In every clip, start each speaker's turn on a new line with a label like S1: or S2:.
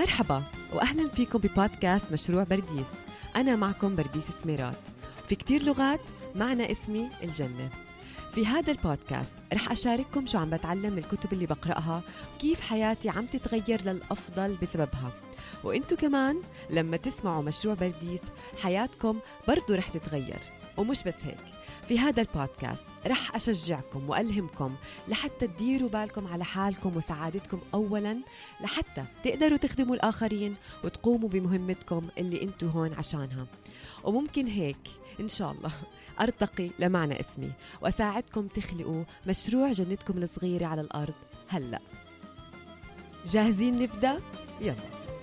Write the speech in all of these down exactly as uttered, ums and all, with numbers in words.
S1: مرحبا وأهلا فيكم ببودكاست مشروع برديس. أنا معكم برديس سميرات. في كتير لغات معنى اسمي الجنة. في هذا البودكاست رح أشارككم شو عم بتعلم من الكتب اللي بقرأها وكيف حياتي عم تتغير للأفضل بسببها. وإنتو كمان لما تسمعوا مشروع برديس حياتكم برضو رح تتغير. ومش بس هيك، في هذا البودكاست رح أشجعكم وألهمكم لحتى تديروا بالكم على حالكم وسعادتكم أولاً، لحتى تقدروا تخدموا الآخرين وتقوموا بمهمتكم اللي انتو هون عشانها. وممكن هيك إن شاء الله أرتقي لمعنى اسمي وأساعدكم تخلقوا مشروع جنتكم الصغيرة على الأرض هلأ. جاهزين نبدأ؟ يلا.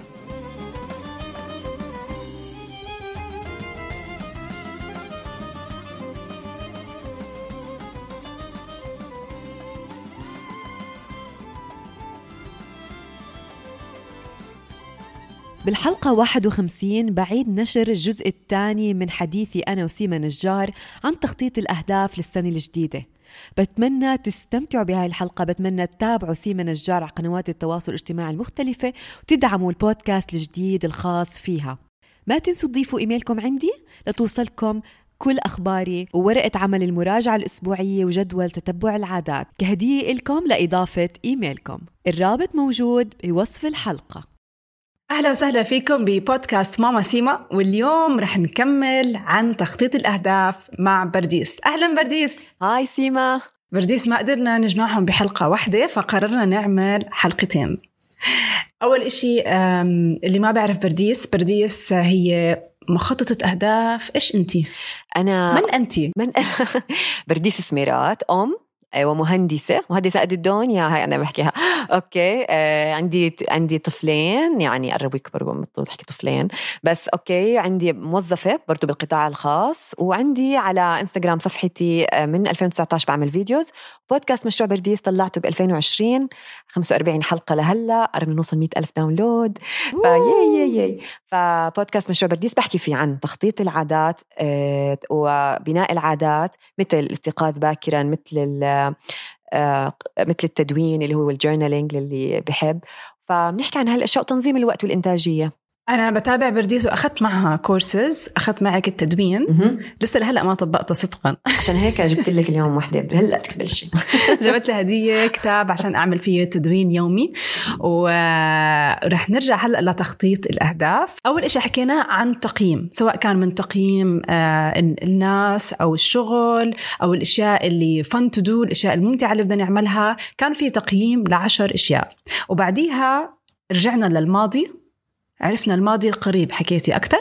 S1: بالحلقة واحد وخمسين بعيد نشر الجزء الثاني من حديثي أنا وسيما نجار عن تخطيط الأهداف للسنة الجديدة. بتمنى تستمتعوا بهاي الحلقة، بتمنى تتابعوا سيما نجار على قنوات التواصل الاجتماعي المختلفة وتدعموا البودكاست الجديد الخاص فيها. ما تنسوا تضيفوا إيميلكم عندي لتوصلكم كل أخباري وورقة عمل المراجعة الأسبوعية وجدول تتبع العادات كهدية لكم لإضافة إيميلكم. الرابط موجود بوصف الحلقة.
S2: أهلا وسهلا فيكم ببودكاست ماما سيما، واليوم رح نكمل عن تخطيط الأهداف مع برديس. أهلا برديس.
S1: هاي سيما.
S2: برديس، ما قدرنا نجمعهم بحلقة واحدة فقررنا نعمل حلقتين. أول إشي اللي ما بعرف برديس، برديس هي مخططة أهداف. إيش أنتي؟
S1: أنا
S2: من أنتي؟
S1: من برديس سميرات، أم ومهندسة مهندسة قد الدنيا. هاي أنا بحكيها. أوكي. آه عندي عندي طفلين، يعني قربوا يكبروا، مطلوب تحكي طفلين بس. أوكي. عندي موظفة برضو بالقطاع الخاص، وعندي على إنستغرام صفحتي من ألفين وتسعة عشر بعمل فيديوز. بودكاست مشروع برديس طلعته بألفين وعشرين، خمسة وأربعين حلقة لهلا، قربنا نوصل مئة ألف داونلود. فيي يي يي فبودكاست مشروع برديس بحكي فيه عن تخطيط العادات آه وبناء العادات، مثل الاستيقاظ باكرا، مثل آه، مثل التدوين اللي هو الجورنالينج للي بحب. فبنحكي عن هالأشياء وتنظيم الوقت والإنتاجية.
S2: أنا بتابع برديس وأخذت معها كورسز، أخذت معك التدوين. م-م. لسه لهلأ ما طبقته صدقا،
S1: عشان هيك جبت لك اليوم واحدة هلأ تقبلش.
S2: جبت لها هدية كتاب عشان أعمل فيه تدوين يومي. ورح نرجع هلأ لتخطيط الأهداف. أول إشي حكينا عن تقييم، سواء كان من تقييم آه الناس أو الشغل أو الأشياء اللي fun to do، الأشياء الممتعة اللي بدنا نعملها. كان في تقييم لعشر أشياء، وبعديها رجعنا للماضي، عرفنا الماضي القريب حكيتي أكتر،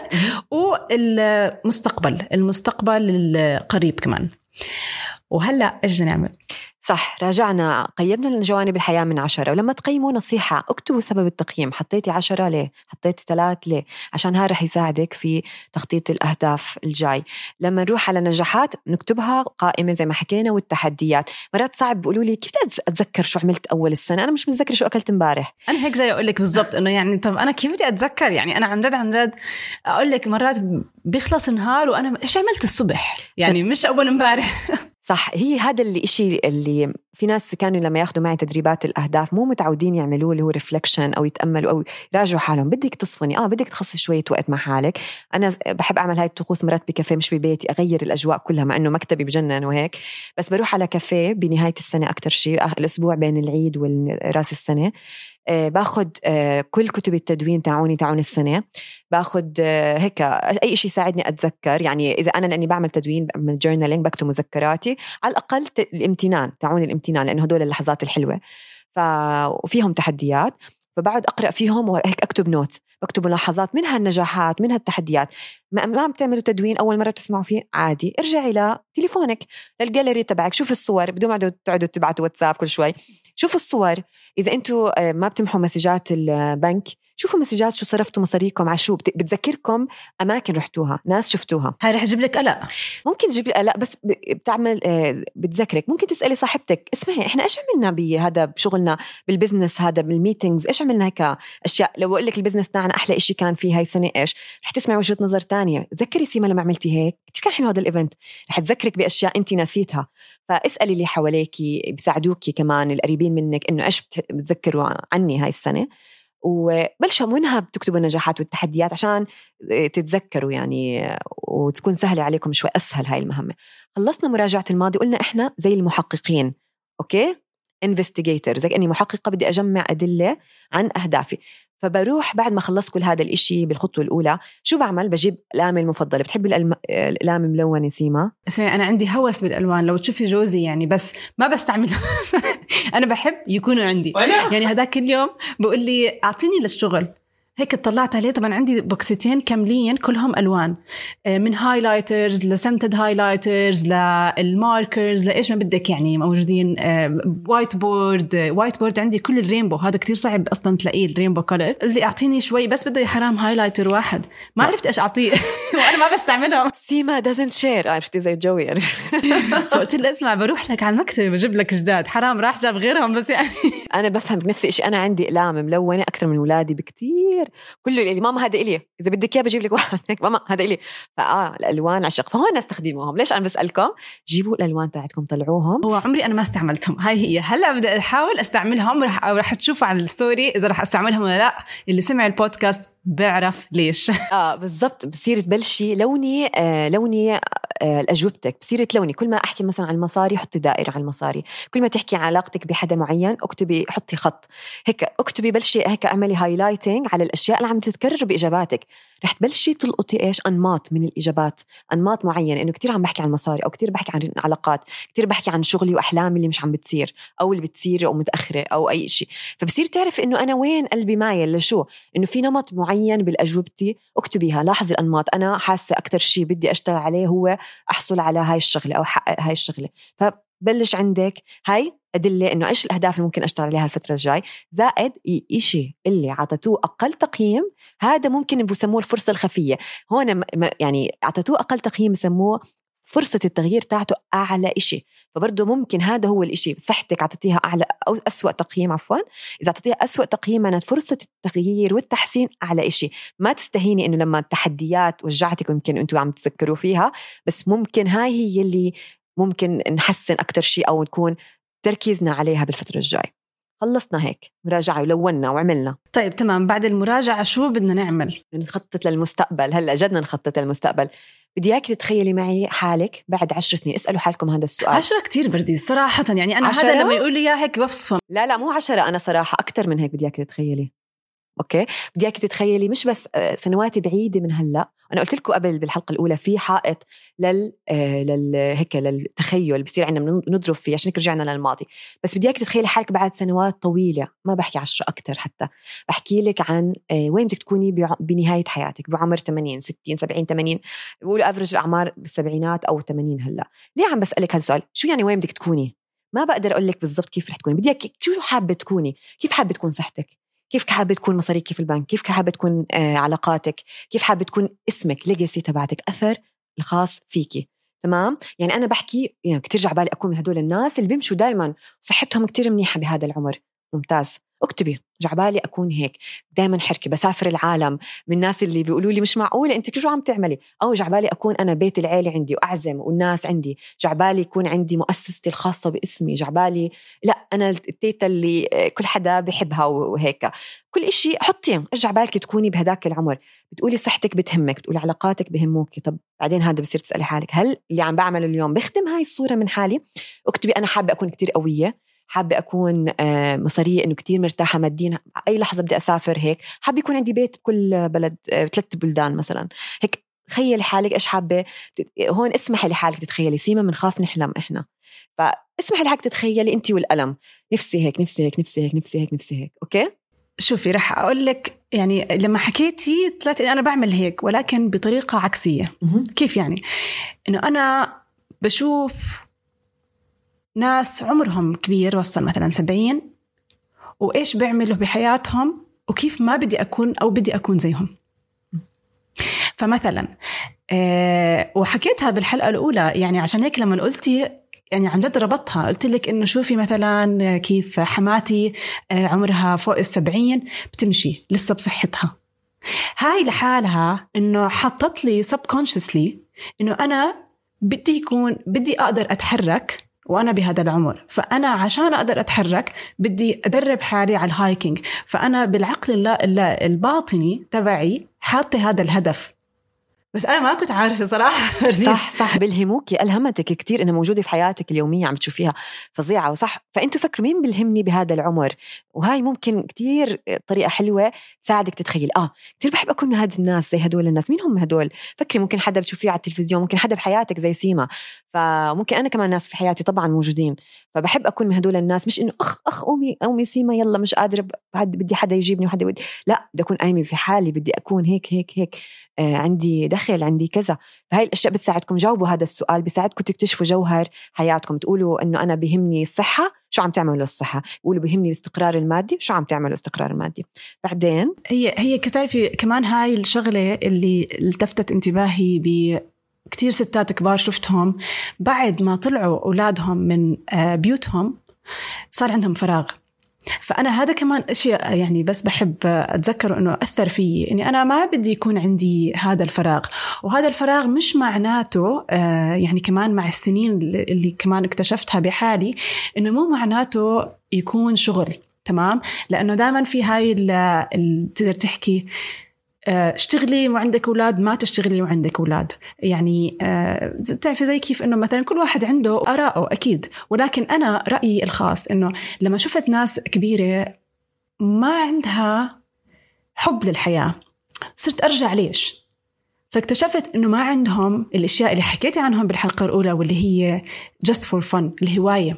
S2: والمستقبل المستقبل القريب كمان. وهلأ إيش نعمل؟
S1: صح، راجعنا قيمنا الجوانب الحياة من عشرة. ولما تقيموا نصيحة اكتبوا سبب التقييم. حطيتي عشرة ليه؟ حطيتي ثلاث ليه؟ عشان هذا رح يساعدك في تخطيط الأهداف الجاي. لما نروح على نجاحات نكتبها قائمة زي ما حكينا، والتحديات. مرات صعب بيقولوا لي كيف أتذكر شو عملت أول السنة، أنا مش متذكر شو أكلت امبارح.
S2: أنا هيك جاي أقول لك بالضبط إنه يعني طب أنا كيف بدي أتذكر؟ يعني أنا عن جد عن جد أقول لك مرات بيخلص نهار وأنا إيش عملت الصبح، يعني مش أول امبارح.
S1: صح، هي هذا اللي إشي اللي في ناس كانوا لما ياخدوا معي تدريبات الأهداف مو متعودين يعملوه، اللي هو ريفلكشن أو يتأملوا أو يراجعوا حالهم. بدك تصفني، آه بدك تخصص شوية وقت مع حالك. أنا بحب أعمل هاي الطقوس مرات بكافيه، مش ببيتي، أغير الأجواء كلها، مع إنه مكتبي بجنن وهيك، بس بروح على كافيه بنهاية السنة أكتر شيء، الأسبوع بين العيد والراس السنة. آه باخد آه كل كتب التدوين تاعوني تعون السنة، باخد آه هيك أي شيء يساعدني أتذكر. يعني إذا أنا لأني بعمل تدوين، بعمل جورنالينج، بكتب مذكراتي، على الأقل الامتنان تعوني الامتنان، لأنه هدول اللحظات الحلوة ففيهم تحديات، فبعد أقرأ فيهم وهيك أكتب نوت، بكتب ملاحظات منها النجاحات منها التحديات. ما ما عم تعملوا تدوين أول مرة تسمعوا فيه، عادي ارجعي لتليفونك للجاليري تبعك، شوف الصور بدون ما تقعدوا تبعتوا واتساب كل شوي. شوف الصور. إذا أنتوا ما بتمحوا مسجات البنك، شوفوا مسجات شو صرفتوا مصاريكم على شو، بتذكركم أماكن رحتوها، ناس شفتوها.
S2: هاي رح تجيب لك قلق،
S1: ممكن تجيب لي قلق، بس بتعمل بتذكرك. ممكن تسألي صاحبتك اسمعي إحنا إيش عملنا بهذا بشغلنا بالبزنس، هذا بالميتينجز إيش عملنا هيك أشياء. لو أقول لك البزنس تاعنا أحلى إشي كان فيه هاي السنة إيش، رح تسمعي وجهة نظر تانية. تذكري سيما لما عملتي هيك كيف كان حلو هذا الإيفنت، رح تذكرك بأشياء أنت نسيتها. فاسألي اللي حواليكي بيساعدوكي كمان القريبين منك إنه إيش بتذكروا عني هاي السنة. وبلشوا منها بتكتبوا النجاحات والتحديات عشان تتذكروا يعني وتكون سهلة عليكم شوي، أسهل هاي المهمة. خلصنا مراجعة الماضي، قلنا إحنا زي المحققين، أوكي investigator، زي أني محققة بدي أجمع أدلة عن أهدافي. فبروح بعد ما خلص كل هذا الإشي بالخطوة الأولى شو بعمل؟ بجيب الأقلام المفضلة. بتحبي الألم... الأقلام ملونة سيما؟
S2: اسمعي أنا عندي هوس بالألوان، لو تشوفي جوزي يعني بس ما بستعمل أنا بحب يكونوا عندي يعني هذاك اليوم بقول لي أعطيني للشغل، هيك اطلعت عليه. طبعا عندي بوكستين كاملين كلهم ألوان، من هايلايترز لسنتد هايلايترز للماركرز لإيش ما بدك يعني موجودين، وايت بورد وايت بورد عندي كل الرينبو، هذا كتير صعب أصلا تلاقيه الرينبو كولر. اللي أعطيني شوي بس بده حرام هايلايتر واحد، ما عرفت إيش أعطيه وأنا ما بستعملهم.
S1: سيما doesn't share، عرفتي زي جوي يعني.
S2: فقلت له اسمع بروح لك على المكتب بجيب لك جداد، حرام راح جاب غيرهم بس يعني.
S1: أنا بفهم نفس الشيء، أنا عندي أقلام ملونة أكثر من أولادي بكتير، كله اللي ماما هذا إلي، إذا بدك إياه بجيب لك واحد هيك ماما هذا إلي. فآه الألوان عشق، فهون استخدموهم. ليش أنا بسألكم؟ جيبوا الألوان تاعتكم طلعوهم.
S2: هو عمري أنا ما استعملتهم، هاي هي هلأ بدي أحاول أستعملهم، رح رح تشوفوا على الستوري إذا رح أستعملهم ولا لا. اللي سمع البودكاست بيعرف ليش.
S1: آه بالضبط. بصير تبلشي لوني آه لوني آه الأجوبتك، بصير تلوني. كل ما أحكي مثلا عن المصاري حطي دائرة على المصاري، كل ما تحكي عن علاقتك بحدا معين اكتبي حطي خط هيك، اكتبي بلشي هيك اعملي هايلايتنج على الأشياء اللي عم تتكرر بإجاباتك. رح تبلشي تلقطي إيش أنماط من الإجابات، أنماط معينة، إنه كتير عم بحكي عن المصاري أو كتير بحكي عن علاقات، كتير بحكي عن شغلي وأحلامي اللي مش عم بتصير أو اللي بتصير أو متأخرة أو أي شيء. فبصير تعرف إنه أنا وين قلبي مايل لشو، إنه في نمط معين بالأجوبتي اكتبيها. لاحظي الأنماط، أنا حاسة أكتر شيء بدي أشتغل عليه هو أحصل على هاي الشغلة أو حقق هاي الشغلة. فبلش عندك هاي أدلة إنه إيش الأهداف اللي ممكن أشتغل عليها الفترة الجاي، زائد الإشي اللي عطتوه أقل تقييم، هذا ممكن بسموه الفرصة الخفية. هون يعني عطتوه أقل تقييم بسموه فرصة التغيير تاعته أعلى إشي. فبرضه ممكن هذا هو الإشي، صحتك عطتيها أعلى أو أسوأ تقييم، عفواً إذا عطتيها أسوأ تقييم معنات فرصة التغيير والتحسين أعلى إشي. ما تستهيني إنه لما التحديات وجعتك ويمكن أنتوا عم تذكروا فيها، بس ممكن هاي هي اللي ممكن نحسن أكتر شيء أو نكون تركيزنا عليها بالفترة الجاي. خلصنا هيك مراجعة ولونا وعملنا.
S2: طيب تمام، بعد المراجعة شو بدنا نعمل؟
S1: نخطط للمستقبل. هلأ جدنا نخطط للمستقبل. بدي إياك تتخيلي معي حالك بعد عشر سنين. اسألوا حالكم هذا السؤال.
S2: عشرة كتير بردي صراحة يعني، أنا عشرة؟ هذا لما يقول لي إياه هيك بفصفهم.
S1: لا لا مو عشرة، أنا صراحة أكتر من هيك بدي إياك تتخيلي. أوكي بدي إياك تتخيلي مش بس سنوات بعيدة من هلأ. أنا قلت لكم قبل بالحلقة الأولى في حائط لل لل هيك للتخيل بصير عندنا نضرب فيه عشان رجعنا للماضي. بس بدي إياك تتخيلي حالك بعد سنوات طويلة، ما بحكي عشرة أكتر، حتى بحكي لك عن وين بدك تكوني بنهاية حياتك بعمر ثمانين ستين سبعين ثمانين. بيقولوا أفرج الأعمار بالسبعينات أو ثمانين. هلأ ليه عم بسألك هذا السؤال؟ شو يعني وين بدك تكوني؟ ما بقدر أقول لك بالضبط كيف رح تكوني. بدي إياك شو حابة تكوني، كيف حابة تكون صحتك، كيف حابة تكون مصاريك في البنك، كيف حابة تكون آه علاقاتك، كيف حابة تكون اسمك ليجاسي تبعتك، أثر الخاص فيكي. تمام يعني أنا بحكي يعني كتير جعبالي أكون من هدول الناس اللي بيمشوا دايما صحتهم كتير منيحة بهذا العمر. ممتاز، اكتبي جعبالي أكون هيك دايما حركة بسافر العالم. من الناس اللي بيقولوا لي مش معقولة أنت شو عم تعملي، أو جعبالي أكون أنا بيت العيلة عندي وأعزم والناس عندي، جعبالي يكون عندي مؤسستي الخاصة باسمي، جعبالي لا أنا التيتا اللي كل حدا بيحبها وهيك. كل إشي حطيه إيش جعبالك تكوني بهداك العمر. بتقولي صحتك بتهمك، بتقولي علاقاتك بهموك. طب بعدين هذا بصير تسألي حالك هل اللي عم بعمله اليوم بخدم هاي الصورة من حالي؟ اكتبي أنا حابة أكون كتير قوية، حابة أكون مصارية إنه كتير مرتاحة ماديا، أي لحظة بدي أسافر هيك، حابة يكون عندي بيت بكل بلد ثلاث بلدان مثلا هيك. تخيلي حالك إيش حابة. هون اسمحي لحالك تتخيلي. سيما من خاف نحلم إحنا، فاسمحي لحالك تتخيلي أنت والألم. نفسي هيك نفسي هيك نفسي هيك نفسي هيك نفسي هيك. أوكي
S2: شوفي رح أقول لك يعني لما حكيتي طلعت أنا بعمل هيك ولكن بطريقة عكسية. كيف يعني؟ إنه أنا بشوف ناس عمرهم كبير وصل مثلا سبعين وإيش بيعملوا بحياتهم وكيف ما بدي أكون أو بدي أكون زيهم. فمثلا أه وحكيتها بالحلقة الأولى يعني عشان هيك لما قلتي يعني عن جد ربطها. قلت لك إنه شوفي مثلا كيف حماتي عمرها فوق السبعين بتمشي لسه بصحتها. هاي لحالها إنه حطت لي subconsciously إنه أنا بدي يكون بدي أقدر أتحرك وأنا بهذا العمر، فأنا عشان أقدر أتحرك بدي أدرب حالي على الهايكينج. فأنا بالعقل الباطني تبعي حاطة هذا الهدف، بس أنا ما كنت عارفة صراحة.
S1: صح صح بلهموك، ألهمتك كتير إنها موجودة في حياتك اليومية عم تشوفيها فظيعة. وصح، فأنتوا فكروا مين بلهمني بهذا العمر، وهاي ممكن كتير طريقة حلوة تساعدك تتخيل آه كتير بحب أكون هاد الناس زي هدول الناس. مين هم هدول؟ فكري ممكن حدا بتشوفيه على التلفزيون، ممكن حدا بحياتك زي سيما، فممكن أنا كمان ناس في حياتي طبعا موجودين، فبحب أكون من هدول الناس. مش إنه أخ أخ أمي أمي سيما يلا مش قادرة بعد بدي حدا يجيبني وحدا ودي، لا بدي أكون قايمة في حالي، بدي أكون هيك هيك هيك آه عندي دخل عندي كذا. فهاي الأشياء بتساعدكم جاوبوا هذا السؤال، بيساعدكم تكتشفوا جوهر حياتكم. تقولوا إنه أنا بهمني الصحة، شو عم تعملوا للصحة؟ قولوا بهمني الاستقرار المادي، شو عم تعملوا الاستقرار المادي؟ بعدين
S2: هي هي كتعرفي كمان هاي الشغلة اللي التفتت انتباهي ب كتير ستات كبار شفتهم بعد ما طلعوا أولادهم من بيوتهم صار عندهم فراغ. فأنا هذا كمان أشياء يعني بس بحب أتذكر أنه أثر فيه، إني أنا ما بدي يكون عندي هذا الفراغ. وهذا الفراغ مش معناته يعني كمان مع السنين اللي كمان اكتشفتها بحالي إنه مو معناته يكون شغل، تمام؟ لأنه دائما في هاي اللي تقدر تحكي اشتغلي وعندك أولاد، ما تشتغلي وعندك أولاد. يعني اه تعرفي زي كيف إنه مثلا كل واحد عنده آراءه أكيد، ولكن أنا رأيي الخاص إنه لما شفت ناس كبيرة ما عندها حب للحياة صرت أرجع ليش، فاكتشفت إنه ما عندهم الأشياء اللي حكيتي عنهم بالحلقة الأولى واللي هي just for fun، الهواية.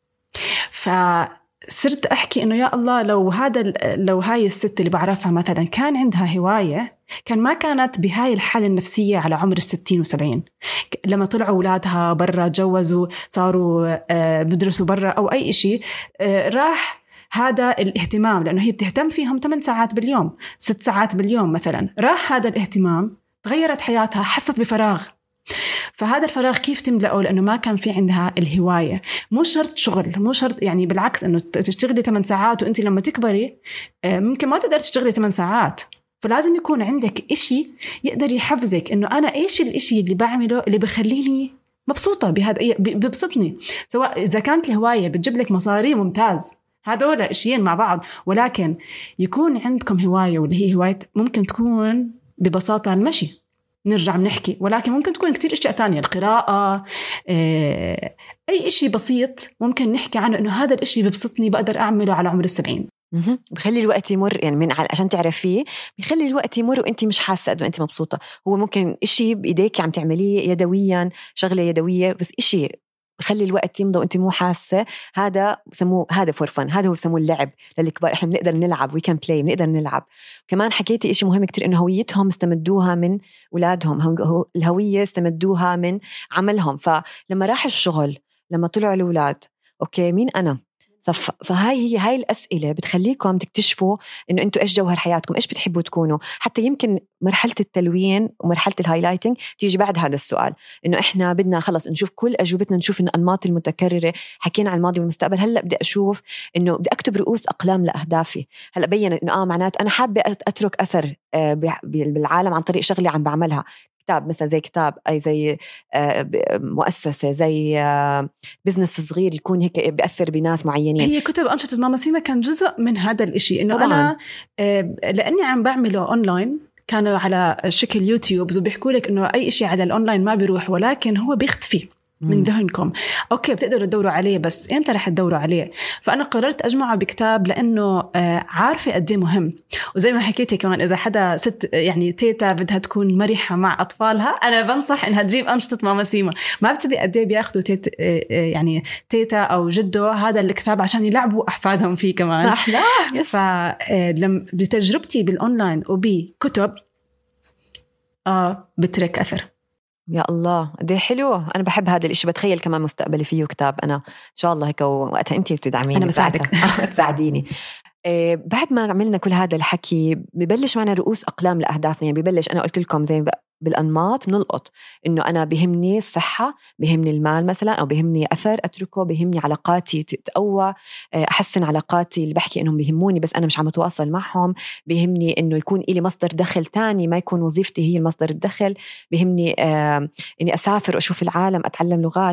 S2: ف صرت أحكي إنه يا الله لو هذا لو هاي الست اللي بعرفها مثلا كان عندها هواية، كان ما كانت بهاي الحالة النفسية على عمر الستين وسبعين. لما طلعوا أولادها برا، جوزوا، صاروا بدرسوا برا أو أي إشي، راح هذا الاهتمام، لأنه هي بتهتم فيهم ثمان ساعات باليوم، ست ساعات باليوم مثلا، راح هذا الاهتمام، تغيرت حياتها، حست بفراغ. فهذا الفراغ كيف تملأه؟ لأنه ما كان في عندها الهواية. مو شرط شغل، مو شرط يعني بالعكس إنه تشتغلي ثمان ساعات وإنتي لما تكبري ممكن ما تقدر تشتغلي ثمان ساعات. فلازم يكون عندك إشي يقدر يحفزك، إنه أنا إيش الإشي اللي بعمله اللي بخليني مبسوطة بهذا، ببسطني. سواء إذا كانت الهواية بتجيب لك مصاري ممتاز، هذول إشيين مع بعض، ولكن يكون عندكم هواية، واللي هي هواية ممكن تكون ببساطة المشي، نرجع بنحكي، ولكن ممكن تكون كتير اشياء تانية، القراءة، اي اشي بسيط ممكن نحكي عنه انه هذا الاشي ببسطني بقدر اعمله على عمر السبعين.
S1: بخلي الوقت يمر، يعني من عشان تعرفيه بخلي الوقت يمر وانت مش حاسه قد ما انت مبسوطه. هو ممكن اشي بايديك عم تعمليه يدويا، شغله يدويه، بس اشي خلي الوقت يمضي وانت مو حاسه. هذا بسموه هذا فور فن، هذا هو بسموه اللعب للكبار. احنا بنقدر نلعب، وي كان بلاي، بنقدر نلعب. كمان حكيتي إشي مهم كتير، انه هويتهم استمدوها من اولادهم، الهويه استمدوها من عملهم. فلما راح الشغل، لما طلعوا الاولاد، اوكي مين انا؟ فهاي هي هاي الأسئلة بتخليكم تكتشفوا إنه أنتوا إيش جوهر حياتكم، إيش بتحبوا تكونوا. حتى يمكن مرحلة التلوين ومرحلة الهايلايتنج تيجي بعد هذا السؤال، إنه إحنا بدنا خلص نشوف كل أجوبتنا، نشوف إن الأنماط المتكررة، حكينا عن الماضي والمستقبل. هلأ بدي أشوف إنه بدي أكتب رؤوس أقلام لأهدافي. هلأ بيّنت إنه آه معنات أنا حابة أترك أثر بالعالم عن طريق شغلي عم بعملها، كتاب مثلا، زي كتاب، أي زي مؤسسة، زي بزنس صغير يكون هيك بيأثر بناس معينين.
S2: هي كتب أنشطة ماما سيما كان جزء من هذا الإشي، إنه طبعاً. أنا لأني عم بعمله أونلاين، كانوا على شكل يوتيوب، وبيحكوا لك إنه أي إشي على الأونلاين ما بيروح، ولكن هو بيختفي من ذهنكم. أوكي بتقدروا تدوروا عليه، بس إمتى رح تدوروا عليه؟ فأنا قررت أجمعه بكتاب، لأنه عارفة قد إيه مهم. وزي ما حكيتي كمان، إذا حدا ست يعني تيتا بدها تكون مرحة مع أطفالها، أنا بنصح إنها تجيب أنشطة ماما سيما. ما بتصدق قد إيه بياخدوا تيت يعني تيتا أو جده هذا الكتاب عشان يلعبوا أحفادهم فيه كمان.
S1: أحلى.
S2: فلما بتجربتي بالأونلاين وبكتب آه بترك أثر.
S1: يا الله قد ايه حلو. انا بحب هذا الاشي، بتخيل كمان مستقبلي فيه كتاب. انا ان شاء الله هيك وقتها انتي بتدعميني،
S2: انا بساعدك
S1: تساعديني. إيه بعد ما عملنا كل هذا الحكي ببلش معنا رؤوس اقلام لاهدافنا. يعني ببلش، انا قلت لكم زي بالانماط بنلقط انه انا بهمني الصحه، بهمني المال مثلا، او بهمني اثر اتركه، بهمني علاقاتي تتقوى، احسن علاقاتي اللي بحكي انهم بيهموني بس انا مش عم اتواصل معهم، بهمني انه يكون لي مصدر دخل تاني، ما يكون وظيفتي هي المصدر الدخل، بهمني آه اني اسافر واشوف العالم، اتعلم لغات.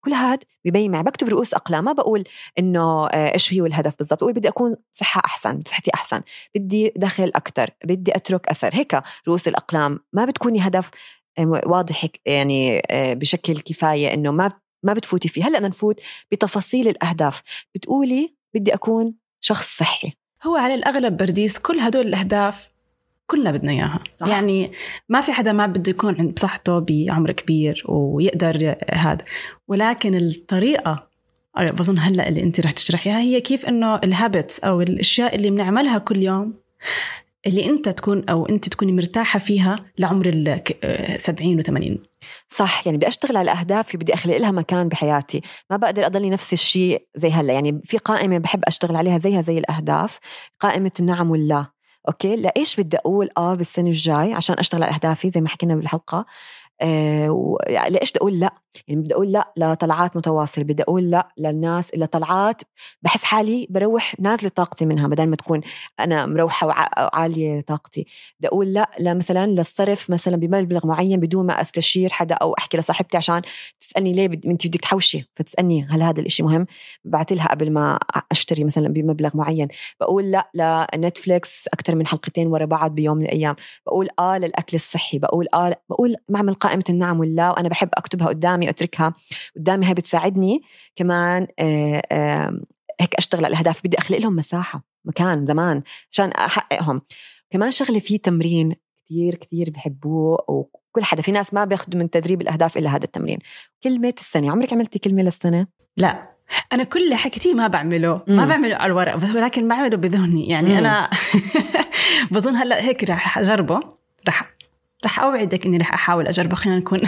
S1: كل هاد ببين معي. بكتب رؤوس أقلام، ما بقول إنه إيش هي الهدف بالضبط، بقول بدي أكون صحة أحسن، صحتي أحسن، بدي دخل أكتر، بدي أترك أثر. هيك رؤوس الأقلام. ما بتكوني هدف واضح يعني بشكل كفاية إنه ما ما بتفوتي فيه. هلأ نفوت بتفاصيل الأهداف. بتقولي بدي أكون شخص صحي.
S2: هو على الأغلب برديس كل هدول الأهداف كلنا بدنا إياها. صح. يعني ما في حدا ما بده يكون عند بصحته بعمر كبير ويقدر هذا، ولكن الطريقة بظن هلأ اللي أنت رح تشرحيها هي كيف إنه الهابتس أو الأشياء اللي بنعملها كل يوم اللي أنت تكون أو أنت تكوني مرتاحة فيها لعمر السبعين وثمانين.
S1: صح. يعني بدي أشتغل على أهدافي، بدي أخلق لها مكان بحياتي. ما بقدر أضلني نفس الشيء زي هلأ. يعني في قائمة بحب أشتغل عليها زيها زي الأهداف، قائمة النعم والله. أوكي، لإيش بدي أقول آه بالسنة الجاي عشان أشتغل على أهدافي زي ما حكينا بالحلقة. آه ليش بدي أقول لا؟ يعني بدي أقول لا لطلعات متواصلة، بدي أقول لا للناس اللي طلعات بحس حالي بروح نازلة طاقتي منها بدل ما تكون أنا مروحة وعالية طاقتي. بدي أقول لا لمثلا للصرف مثلا بمبلغ معين بدون ما أستشير حدا أو أحكي لصاحبتي عشان تسألني ليه بد... أنت بدك تحوشي، فتسألني هل هذا الإشي مهم، بعتلها قبل ما أشتري مثلا بمبلغ معين. بقول لا لنتفليكس أكتر من حلقتين ورا بعض بيوم من الأيام. بقول آه للأكل الصحي. بقول آه بقول معمل قائمة النعم والله، وأنا بحب أكتبها قدامي أتركها قدامي. هاي بتساعدني كمان آآ آآ هيك أشتغل على الأهداف. بدي أخلق لهم مساحة مكان زمان عشان أحققهم. كمان شغلة فيه تمرين كتير كتير بحبوه، وكل حدا في ناس ما بياخدوا من تدريب الأهداف إلا هذا التمرين. كلمة السنة. عمرك عملتي كلمة للسنة؟
S2: لا، أنا كل اللي حكيتيه ما بعمله مم. ما بعمله على الورق بس، ولكن بعمله بذهني. يعني مم. أنا بظن هلأ هيك رح أجربه. رح رح أوعدك إني رح أحاول أجربه. خلينا نكون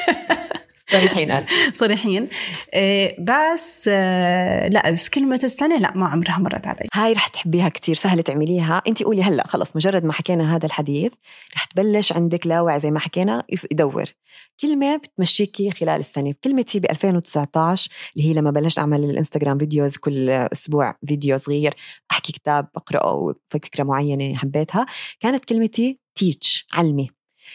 S1: صريحين
S2: صريحين. إيه بس آه لا كلمة السنة لا ما عمرها مرت علي.
S1: هاي رح تحبيها كتير، سهل تعمليها. انتي قولي هلأ خلص مجرد ما حكينا هذا الحديث رح تبلش عندك لاوعي زي ما حكينا يدور كلمة بتمشيكي خلال السنة. كلمتي ب ألفين وتسعة عشر اللي هي لما بلشت أعمل الانستغرام فيديوز كل أسبوع فيديو صغير أحكي كتاب أقرأه فكرة معينة حبيتها، كانت كلمتي تيتش، علمي.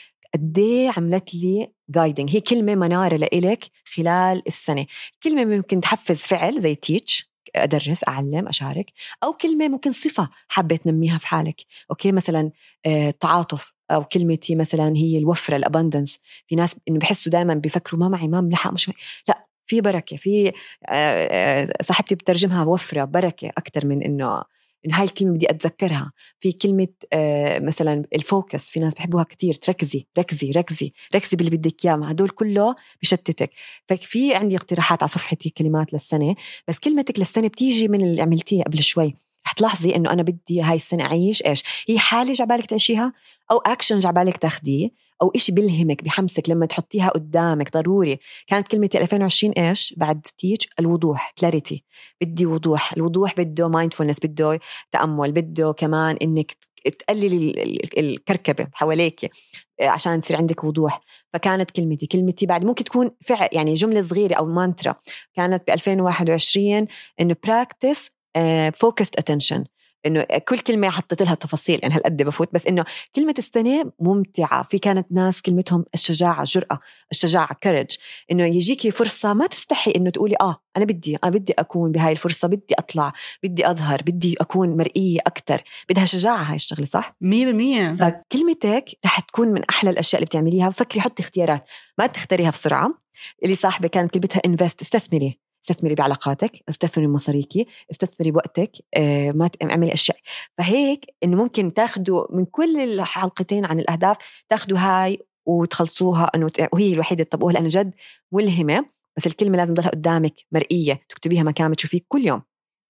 S1: قديه عملت لي guiding. هي كلمة منارة لإلك خلال السنة. كلمة ممكن تحفز فعل زي teach، أدرس، أعلم، أشارك، أو كلمة ممكن صفة حابة تنميها في حالك. أوكي مثلا آه، تعاطف. أو كلمتي مثلا هي الوفرة، الاباندنس. في ناس إنه بحسوا دائما بيفكروا ما معي، ما ملحق، مش لا في بركة. في آه، آه، صاحبتي بترجمها وفرة بركة أكتر من إنه إن هاي الكلمة بدي أتذكرها. في كلمة آه مثلا الفوكس، في ناس بحبوها كتير. تركزي ركزي ركزي ركزي باللي بدك إياه، هدول كله بشتتك. ففي عندي اقتراحات على صفحتي كلمات للسنة، بس كلمتك للسنة بتيجي من اللي عملتيه قبل شوي. رح تلاحظي إنه أنا بدي هاي السنة أعيش إيش، هي حالة جعبالك تعيشيها أو أكشن جعبالك تاخديه أو إشي بلهمك بحمسك لما تحطيها قدامك ضروري. كانت كلمتي ألفين وعشرين إيش بعد تيج؟ الوضوح، كلاريتي. بدي وضوح. الوضوح بده مايندفولنس، بده تأمل، بده كمان إنك تقلل الكركبة حواليك عشان تصير عندك وضوح. فكانت كلمتي كلمتي بعد ممكن تكون فعل يعني جملة صغيرة أو مانترا. كانت ب ألفين وواحد وعشرين إنه practice uh, focused attention. إنه كل كلمة حطيت لها تفاصيل يعني هالقد بفوت، بس إنه كلمة السنة ممتعة. في كانت ناس كلمتهم الشجاعة، جرأة، الشجاعة courage. إنه يجيكي فرصة ما تستحي إنه تقولي آه أنا بدي أنا بدي أكون بهاي الفرصة، بدي أطلع، بدي أظهر، بدي أكون مرئية أكتر. بدها شجاعة هاي الشغلة، صح؟
S2: مية بالمية.
S1: فكلمتك رح تكون من أحلى الأشياء اللي بتعمليها. فكري حطي اختيارات، ما تختاريها بسرعة. اللي صاحبة كانت كلمتها invest، استثمري. استثمري بعلاقاتك، استثمري بمصاريكي، استثمري بوقتك، اه ما تعملي أشياء. فهيك إنه ممكن تاخدوا من كل الحلقتين عن الأهداف تاخدوا هاي وتخلصوها إنه وهي الوحيدة تطبقوها لأنه جد ملهمة. بس الكلمة لازم تضلها قدامك مرئية، تكتبيها مكان بتشوفيه كل يوم.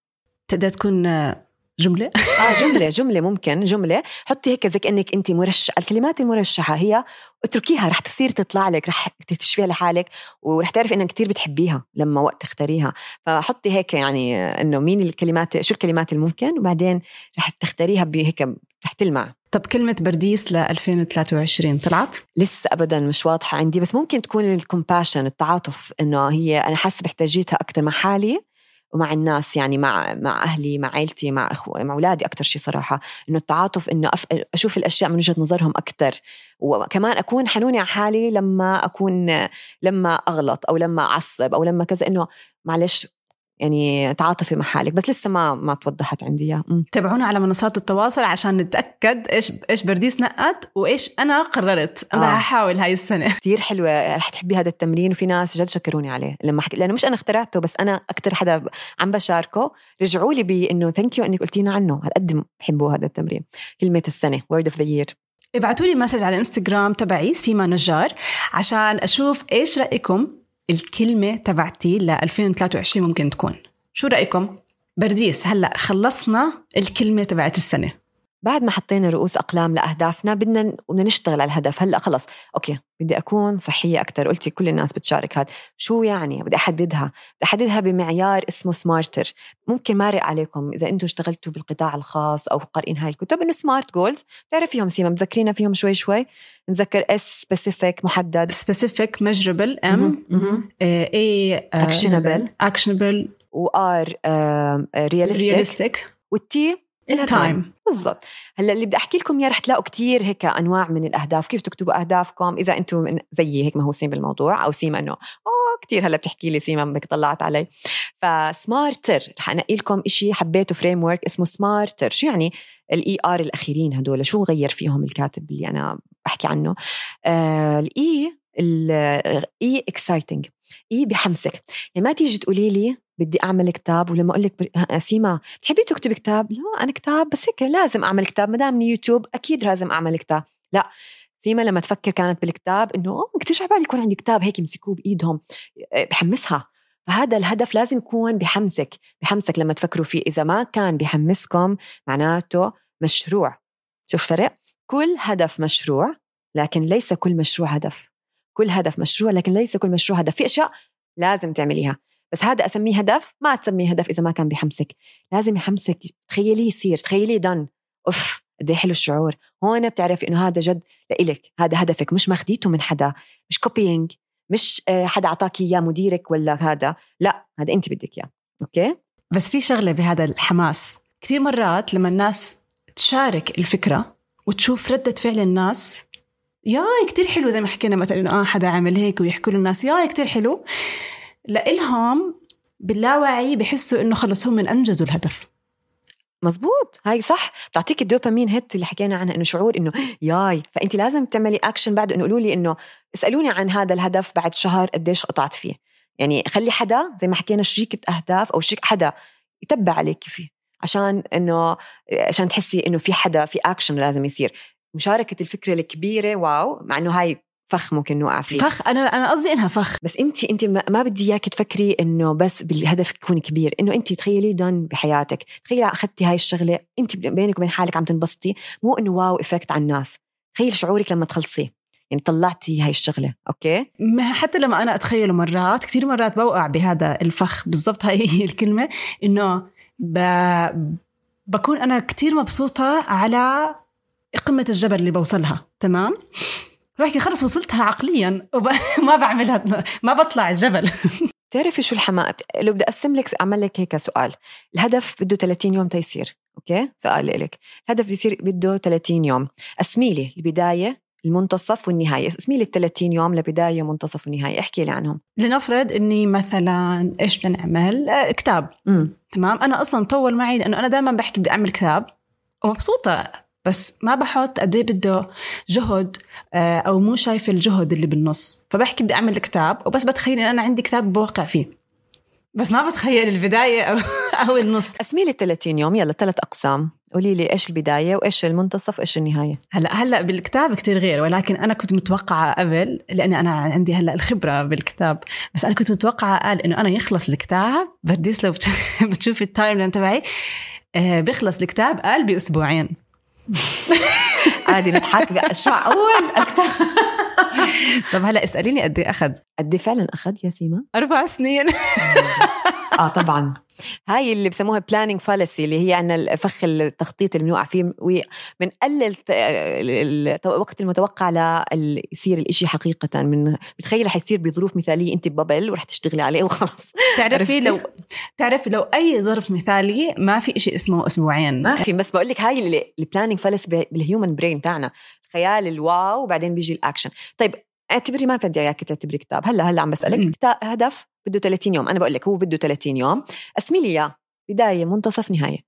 S2: تقدر تكون جملة
S1: آه جملة جملة ممكن جملة. حطي هيك زي كأنك أنت مرشح. الكلمات المرشحة هي اتركيها، رح تصير تطلع لك، رح تكتشفيها لحالك ورح تعرف إنك كتير بتحبيها لما وقت تختاريها. فحطي هيك يعني إنه مين الكلمات، شو الكلمات الممكن، وبعدين رح تختاريها بهيك تحت الماء.
S2: طب كلمة برديس ل ألفين وثلاثة وعشرين طلعت؟
S1: لسه أبدا مش واضحة عندي، بس ممكن تكون الكومباشن، التعاطف. إنه هي أنا حاسة بحتاجيتها أكتر مع حالي ومع الناس، يعني مع مع أهلي، مع عائلتي، مع أخوة، مع أولادي أكتر شيء صراحة، إنه التعاطف، إنه أف... أشوف الأشياء من وجهة نظرهم أكتر، وكمان أكون حنونة على حالي لما أكون لما أغلط أو لما أعصب أو لما كذا، إنه معلش يعني تعاطفي مع حالك. بس لسه ما ما توضحت عندي يا
S2: تابعونا على منصات التواصل عشان نتأكد إيش إيش برديس نقت وإيش أنا قررت. أنا آه. هحاول هاي السنة.
S1: كتير حلوة، رح تحبي هذا التمرين، وفي ناس جد شكروني عليه لما حكي، لأنه مش أنا اخترعته بس أنا أكتر حدا عم بشاركه رجعوا لي بإنه ثانك يو إنك قلتينا عنه، هالقد بحبوا هذا التمرين. كلمة السنة word of the year.
S2: ابعتوا لي مسج على الانستغرام تبعي سيما نجار عشان أشوف إيش رأيكم الكلمة تبعتي ل ألفين وثلاثة وعشرين ممكن تكون. شو رأيكم؟ برديس هلأ خلصنا الكلمة تبعت السنة،
S1: بعد ما حطينا رؤوس أقلام لأهدافنا بدنا بدنا نشتغل على الهدف. هلأ خلص أوكي بدي أكون صحية أكتر، قلتي كل الناس بتشارك هذا. شو يعني؟ بدي أحددها بدي أحددها بمعيار اسمه سمارتر. ممكن مارق عليكم إذا أنتوا اشتغلتوا بالقطاع الخاص أو قارئين هاي الكتب إنه سمارت جولز تعرفيهم سيما، مذكرين فيهم شوي شوي. نذكر اس specific محدد،
S2: specific measurable m a
S1: actionable
S2: actionable
S1: و r realistic والتي
S2: التايم.
S1: بالضبط. هلا اللي بدي احكي لكم اياه رح تلاقوا كتير هيك انواع من الاهداف، كيف تكتبوا اهدافكم اذا انتم زيي هيك مهووسين بالموضوع، او سيما انه اه كتير هلا بتحكي لي سيما بدك طلعت علي. فسمارتر رح انقي لكم إشي حبيته فريم ورك اسمه سمارتر. شو يعني الاي ار الاخيرين هدول؟ شو غير فيهم الكاتب اللي انا بحكي عنه؟ آه الاي الاي اكسايتنج، اي بحمسك. يعني ما تيجي تقولي لي بدي أعمل كتاب ولما أقول لك سيما تحبي تكتب كتاب، لا أنا كتاب بس هيك لازم أعمل كتاب، مدامني يوتيوب أكيد لازم أعمل كتاب. لا، سيما لما تفكر كانت بالكتاب إنه كتير عبالي يكون عندي كتاب هيك يمسكوه بإيدهم بحمسها. فهذا الهدف لازم يكون بحمسك بحمسك لما تفكروا فيه. إذا ما كان بحمسكم معناته مشروع. شوف فرق، كل هدف مشروع لكن ليس كل مشروع هدف. كل هدف مشروع لكن ليس كل مشروع هدف. في أشياء لازم تعمليها بس هذا أسميه هدف، ما تسميه هدف إذا ما كان بحمسك. لازم يحمسك، تخيليه يصير، تخيليه دن أوف قد حلو الشعور. هون بتعرفي إنه هذا جد لإلك، هذا هدفك، مش مخديته من حدا، مش كوبينج، مش حدا عطاكي إياه مديرك ولا هذا، لا هذا أنت بدك إياه. أوكي.
S2: بس في شغلة بهذا الحماس، كتير مرات لما الناس تشارك الفكرة وتشوف ردة فعل الناس ياي كتير حلو، زي ما حكينا مثلا إنه آه حدا عمل هيك ويحكوا للناس ياي كتير حلو، لإلهم باللاوعي بحسوا إنه خلص هم من أنجزوا الهدف.
S1: مزبوط، هاي صح، تعطيك الدوبامين هيت اللي حكينا عنها، إنه شعور إنه ياي. فأنت لازم تعملي أكشن بعد، إنه قولوا لي إنه اسألوني عن هذا الهدف بعد شهر قديش قطعت فيه. يعني خلي حدا زي ما حكينا شريكة أهداف أو شريك حدا يتبع عليك فيه، عشان إنه عشان تحسي إنه في حدا في أكشن لازم يصير. مشاركة الفكرة الكبيرة واو، مع إنه هاي فخ ممكن نوقع فيه.
S2: فخ أنا أنا قصدي إنها فخ،
S1: بس أنت أنت ما بدي إياك تفكري إنه بس بالهدف يكون كبير. إنه أنت تخيلي دون بحياتك، تخيلي أخذتي هاي الشغلة أنت بينك وبين حالك عم تنبسطي، مو إنه واو إفكت على الناس. تخيل شعورك لما تخلصي يعني طلعتي هاي الشغلة. أوكي.
S2: حتى لما أنا أتخيل مرات كتير مرات بوقع بهذا الفخ بالضبط، هاي هي الكلمة، إنه ب... بكون أنا كتير مبسوطة على قمة الجبل اللي بوصلها، تمام، بحكي خلص وصلتها عقليا وما بعملها، ما بطلع الجبل.
S1: تعرفي شو الحماقة؟ لو بدي أقسم لك أعمل لك هيك سؤال، الهدف بده ثلاثين يوم تيصير. أوكي، سؤال لك، الهدف يصير بده ثلاثين يوم، أسميلي البداية المنتصف والنهاية. اسميلي الثلاثين يوم لبداية منتصف ونهاية، احكي لي عنهم.
S2: لنفرض إني مثلا إيش بدنا نعمل آه، كتاب. م. تمام، أنا أصلا طول معي لأنه أنا دائما بحكي بدي أعمل كتاب ومبسوطة، بس ما بحط قد ايه بده جهد او مو شايف الجهد اللي بالنص. فبحكي بدي اعمل كتاب وبس بتخيل ان انا عندي كتاب بوقع فيه، بس ما بتخيل البدايه او او النص.
S1: اسمي لي ثلاثين يوم، يلا ثلاث اقسام، قولي لي ايش البدايه وايش المنتصف وايش النهايه.
S2: هلا هلا بالكتاب كتير غير، ولكن انا كنت متوقعه قبل، لاني انا عندي هلا الخبره بالكتاب، بس انا كنت متوقعه قال انه انا يخلص الكتاب برديس لو بتشوف التايم لاين تبعي بيخلص الكتاب قال باسبوعين.
S1: عادي نضحك شو أول الكتاب
S2: طب هلا اسأليني قد ايه أخذ؟
S1: قد ايه فعلا أخذ يا سيما؟
S2: أربع سنين.
S1: اه طبعا. هاي اللي بسموها planning fallacy، اللي هي عنا الفخ التخطيط اللي بنوقع فيه وبنقلل الوقت المتوقع ل يصير الاشي حقيقة. من بتخيل حيصير بظروف مثالية انت ببابل ورح تشتغلي عليه وخلاص.
S2: تعرفي لو تعرفي لو اي ظرف مثالي ما في اشي اسمه اسبوعين،
S1: ما في. بس بقول لك هاي اللي planning fallacy بالهيومن برين تاعنا، خيال الواو وبعدين بيجي الاكشن. طيب اعتبري ما بدي اياك تعتبري كتاب. هلا هلا عم بسألك هدف بده ثلاثين يوم. أنا بقول لك هو بده ثلاثين يوم، اسمي لي إياه بداية منتصف نهاية.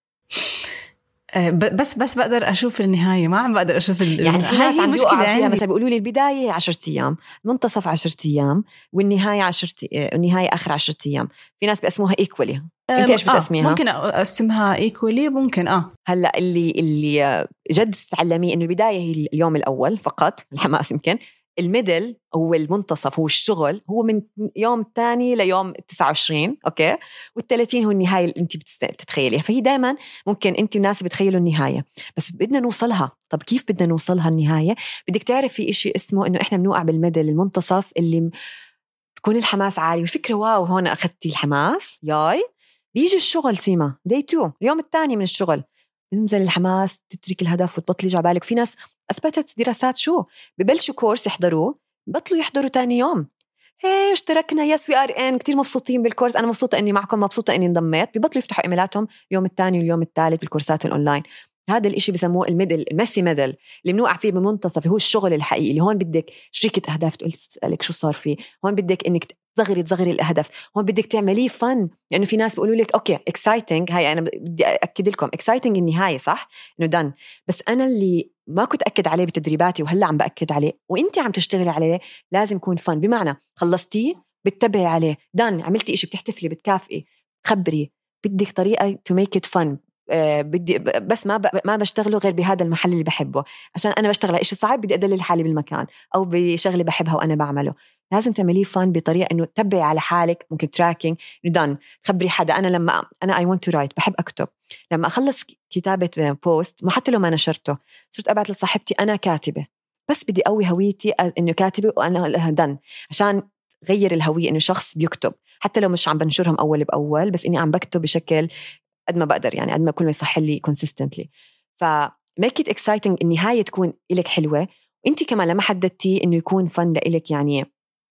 S2: بس بس بقدر أشوف النهاية، ما عم بقدر أشوف ال...
S1: يعني في ناس عم يوقع فيها مثلا بيقولوا لي البداية عشرة أيام، منتصف عشرة أيام، والنهاية عشرة النهاية آخر عشرة أيام. في ناس بيقسموها إيكولي. أنت إيش بتقسميها؟
S2: آه ممكن أقسمها إيكولي، ممكن آه
S1: هلا اللي اللي جد بتتعلميه إنه البداية هي اليوم الأول فقط، الحماس يمكن. الميدل هو المنتصف، هو الشغل، هو من يوم الثاني ليوم تسعة وعشرين، أوكي، والثلاثين هو النهاية اللي أنت بتتخيليها. فهي دائما ممكن أنت والناس بتخيلوا النهاية، بس بدنا نوصلها. طب كيف بدنا نوصلها النهاية؟ بدك تعرف في إشي اسمه إنه إحنا بنوقع بالميدل، المنتصف، اللي تكون الحماس عالي والفكرة واو هون أخذتي الحماس، ياي بيجي الشغل سيما داي تو، اليوم الثاني من الشغل ينزل الحماس، تترك الهدف وتبطلي جا بالك. في ناس أثبتت دراسات شو ببلشوا كورس يحضروه بطلوا يحضروا تاني يوم. هي اشتركنا يس وي ار ان كتير مبسوطين بالكورس، أنا مبسوطة إني معكم، مبسوطة إني انضميت، ببطلوا يفتحوا إيميلاتهم اليوم الثاني واليوم الثالث بالكورسات الأونلاين. هذا الاشي بسموه الميدل، المسي ميدل، اللي بنوقع فيه بمنتصف، هو الشغل الحقيقي. اللي هون بدك شريكة أهداف تقول تسألك شو صار فيه، هون بدك إنك تصغري تصغري الأهداف، هون بدك تعمليه فن. لأنه يعني في ناس بيقولوا لك أوكي exciting، هاي أنا بدي أكد لكم exciting النهاية صح إنه دن، بس أنا اللي ما كنت أكد عليه بتدريباتي وهلأ عم بأكد عليه وإنتي عم تشتغلي عليه، لازم يكون فن. بمعنى خلصتيه بتتبعي عليه، دن عملتي إشي بتحتفلي بتكافئي تخبري، بدك طريقة to make it fun. أه بدي بس ما ما بشتغله غير بهذا المحل اللي بحبه، عشان أنا بشتغل على إشي صعب بدي أدلل حالي بالمكان، أو بشغلي بحبها وأنا بعمله. لازم تعمليه فن بطريقة إنه تتبعي على حالك، ممكن تراكينج دان، تخبري حدا. أنا لما أنا I want to write بحب أكتب، لما أخلص كتابة بوست ما حتى لو ما نشرته صرت أبعت لصاحبتي أنا كاتبة، بس بدي أقوي هويتي إنه كاتبة وأنا دان، عشان غير الهوية إنه شخص بيكتب، حتى لو مش عم بنشرهم أول بأول، بس إني عم بكتب بشكل قد ما بقدر، يعني قد ما كل ما يصح لي consistently. ف make it exciting، النهاية تكون إلك حلوة، وإنتي كمان لما حددتي إنه يكون فن لإلك، يعني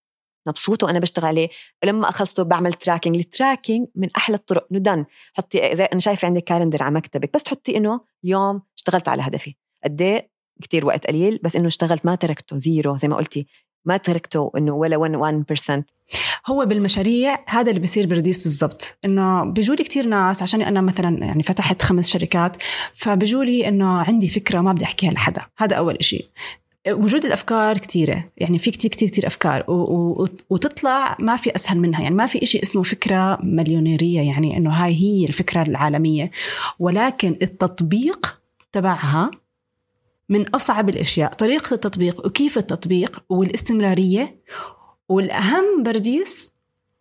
S1: مبسوطة وأنا بشتغل عليه. لما أخلصه بعمل تراكينج، التراكينج من أحلى الطرق. ندن حطي إذا أنا شايفة عندك كالندر على مكتبك، بس تحطي إنه اليوم اشتغلت على هدفي قد إيه، كتير وقت قليل، بس إنه اشتغلت ما تركته زيرو زي ما قلتي، ما تركته إنه ولا واحد بالمية.
S2: هو بالمشاريع هذا اللي بيصير برديس بالضبط، إنه بيجولي كتير ناس، عشان أنا مثلا يعني فتحت خمس شركات، فبيجولي إنه عندي فكرة ما بدي أحكيها لحدا. هذا أول إشي. وجود الأفكار كتيرة، يعني في كتير كتير كتير أفكار و- و- وتطلع ما في أسهل منها. يعني ما في إشي اسمه فكرة مليونيرية، يعني إنه هاي هي الفكرة العالمية، ولكن التطبيق تبعها من أصعب الأشياء. طريقة التطبيق وكيف التطبيق والاستمرارية، والأهم برديس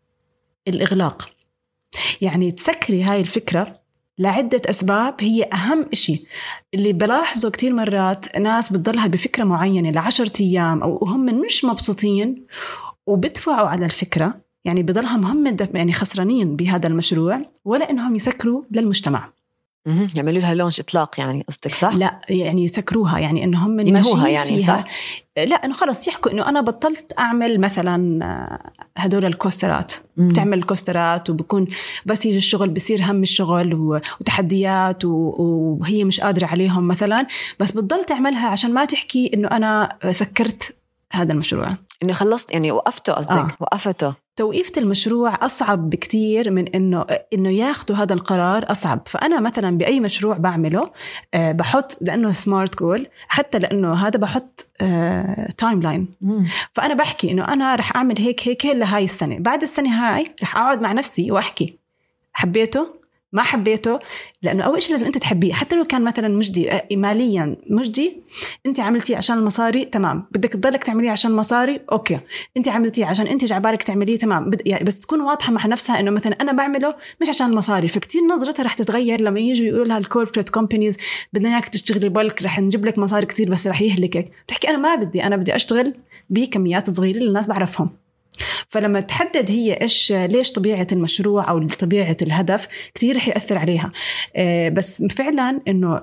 S2: الإغلاق. يعني تسكري هاي الفكرة لعدة أسباب، هي أهم إشي. اللي بلاحظه كتير مرات ناس بتضلها بفكرة معينة لعشرة أيام أو هم مش مبسوطين وبدفعوا على الفكرة، يعني بضلهم هم يعني خسرانين بهذا المشروع، ولا إنهم يسكروا للمجتمع.
S1: يعملوا لها لونش إطلاق، يعني قصدك صح؟
S2: لا يعني يسكروها، يعني إنهم من
S1: ينهوها يعني
S2: فيها.
S1: صح؟
S2: لا إنه خلص يحكوا إنه أنا بطلت أعمل مثلا هدول الكوسترات، بتعمل الكوسترات وبكون بس يجي الشغل بصير هم الشغل وتحديات وهي مش قادرة عليهم مثلا، بس بتضل تعملها عشان ما تحكي إنه أنا سكرت هذا المشروع،
S1: إنه خلصت يعني وقفته. قصدك آه. وقفته.
S2: توقيفة المشروع أصعب بكتير من إنه إنه ياخدوا هذا القرار، أصعب. فأنا مثلا بأي مشروع بعمله أه بحط، لأنه سمارت جول، حتى لأنه هذا بحط أه تايم لاين. فأنا بحكي إنه أنا رح أعمل هيك هيك لهاي السنة، بعد السنة هاي رح أقعد مع نفسي وأحكي حبيته ما حبيته، لأنه أول شيء لازم أنت تحبيه. حتى لو كان مثلا مجدي ماليا مجدي، أنت عملتيه عشان المصاري تمام، بدك تضلك تعمليه عشان المصاري أوكي، أنت عملتيه عشان أنت جعبالك تعمليه تمام، يعني بس تكون واضحة مع نفسها إنه مثلا أنا بعمله مش عشان المصاري. فكتير نظرتها رح تتغير لما يجوا يقولوا لها الكوربريت كومبانيز بدنا إياك تشتغلي بالك، رح نجيب لك مصاري كتير بس رح يهلكك. بتحكي أنا ما بدي، أنا بدي أشتغل بكميات صغيرة للناس بعرفهم. فلما تحدد هي إيش ليش طبيعة المشروع أو طبيعة الهدف كتير رح يأثر عليها. بس فعلا إنه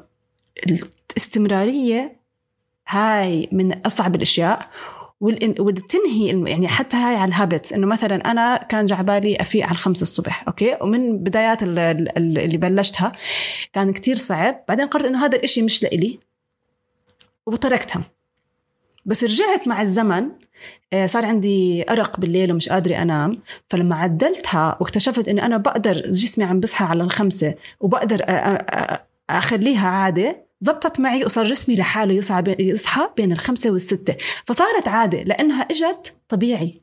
S2: الاستمرارية هاي من أصعب الأشياء، والتنهي يعني حتى هاي على الهابتس. إنه مثلا أنا كان جعبالي أفيق على الخمسة الصبح أوكي، ومن بدايات اللي بلشتها كان كتير صعب، بعدين قررت إنه هذا الإشي مش لإلي وتركتها. بس رجعت مع الزمن صار عندي أرق بالليل ومش قادرة أنام، فلما عدلتها واكتشفت إن أنا بقدر جسمي عم بصحى على الخمسة وبقدر أخليها عادة، زبطت معي وصار جسمي لحاله يصحى يصحى بين الخمسة والستة، فصارت عادة لأنها إجت طبيعي.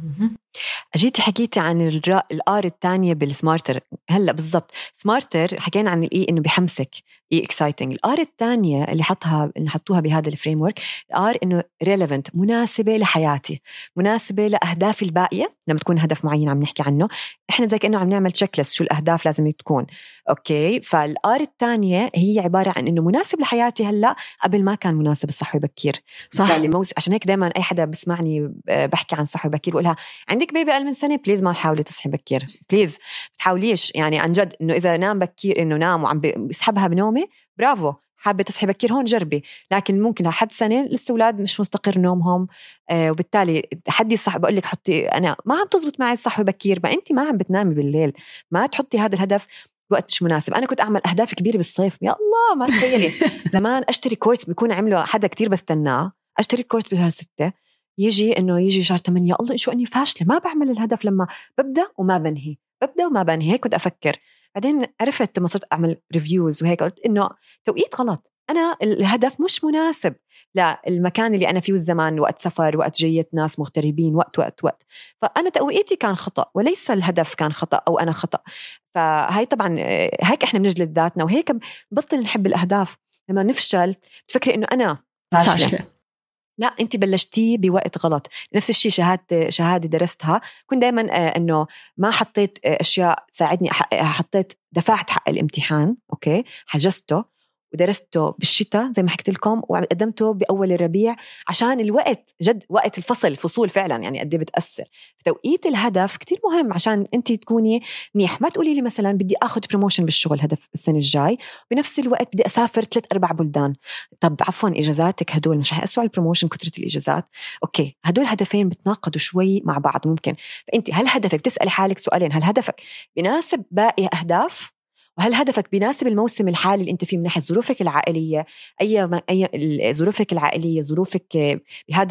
S1: أجيتي حكيتي عن الآر الثانية بالسمارتر. هلأ بالضبط سمارتر حكينا عن الإي إنه بحمسك، إي إكسايتنج. الآر الثانية اللي حطها اللي حطوها بهذا الفريمورك، الآر إنه relevant، مناسبة لحياتي، مناسبة لأهدافي الباقية. لما تكون هدف معين عم نحكي عنه إحنا زي كأنه عم نعمل تشيك ليست شو الأهداف لازم تكون أوكي. فالآر الثانية هي عبارة عن إنه مناسب لحياتي هلأ قبل ما كان مناسب الصحوة بكير.
S2: صح.
S1: موس... عشان هيك دايما أي حدا بسمعني بحكي عن صحوة بكير بقولها عندك بيبي أقل من سنة بليز ما تحاولي تصحي بكير، بليز بتحاوليش. يعني عن جد إنه إذا نام بكير إنه نام وعم بيسحبها بنومه برافو، حابة تصحي بكير هون جربي. لكن ممكن لحد سنة لسه أولاد مش مستقر نومهم آه وبالتالي حدي صح بقول لك حطي أنا ما عم تزبط معي الصحوة بكير، ما أنت ما عم بتنامي بالليل، ما تحطي هذا الهدف وقت مش مناسب. أنا كنت أعمل أهداف كبيرة بالصيف يا الله ما تخيلي زمان أشتري كورس بيكون عمله حدا كتير بستناه، أشتري كورس بشهر ستة يجي إنه يجي شهر ثمانية الله شو أني فاشلة ما بعمل الهدف، لما ببدأ وما بنهي ببدأ وما بنهي. هيك كنت أفكر. بعدين عرفت لما صرت أعمل ريفيوز وهيك قلت إنه توقيت غلط، أنا الهدف مش مناسب للمكان اللي أنا فيه والزمان، وقت سفر وقت جية ناس مغتربين وقت وقت وقت فأنا توقيتي كان خطأ وليس الهدف كان خطأ أو أنا خطأ. فهاي طبعا هيك إحنا بنجلد ذاتنا وهيك بطل نحب الأهداف. لما نفشل تفكري إنه أنا فاشلة، لا أنت بلشتي بوقت غلط. نفس الشيء شهادة شهادة درستها كنت دائما انه ما حطيت اشياء ساعدني، حطيت دفعت حق الامتحان اوكي حجزته ودرسته بالشتاء زي ما حكيت لكم وقدمته بأول الربيع عشان الوقت جد وقت الفصل الفصول فعلا يعني قد ايه بتأثر. توقيت الهدف كتير مهم عشان انت تكوني منيح. ما تقولي لي مثلا بدي اخذ بروموشن بالشغل هدف السنة الجاي بنفس الوقت بدي اسافر ثلاث اربع بلدان. طب عفوا اجازاتك هدول مش هيأثروا على البروموشن كترة الاجازات اوكي. هدول هدفين بتناقضوا شوي مع بعض ممكن. فانت هل هدفك تسألي حالك سؤالين، هل هدفك بيناسب باقي اهداف وهل هدفك بيناسب الموسم الحالي اللي انت فيه من ناحيه ظروفك العائليه، اي اي ظروفك العائليه ظروفك بهذا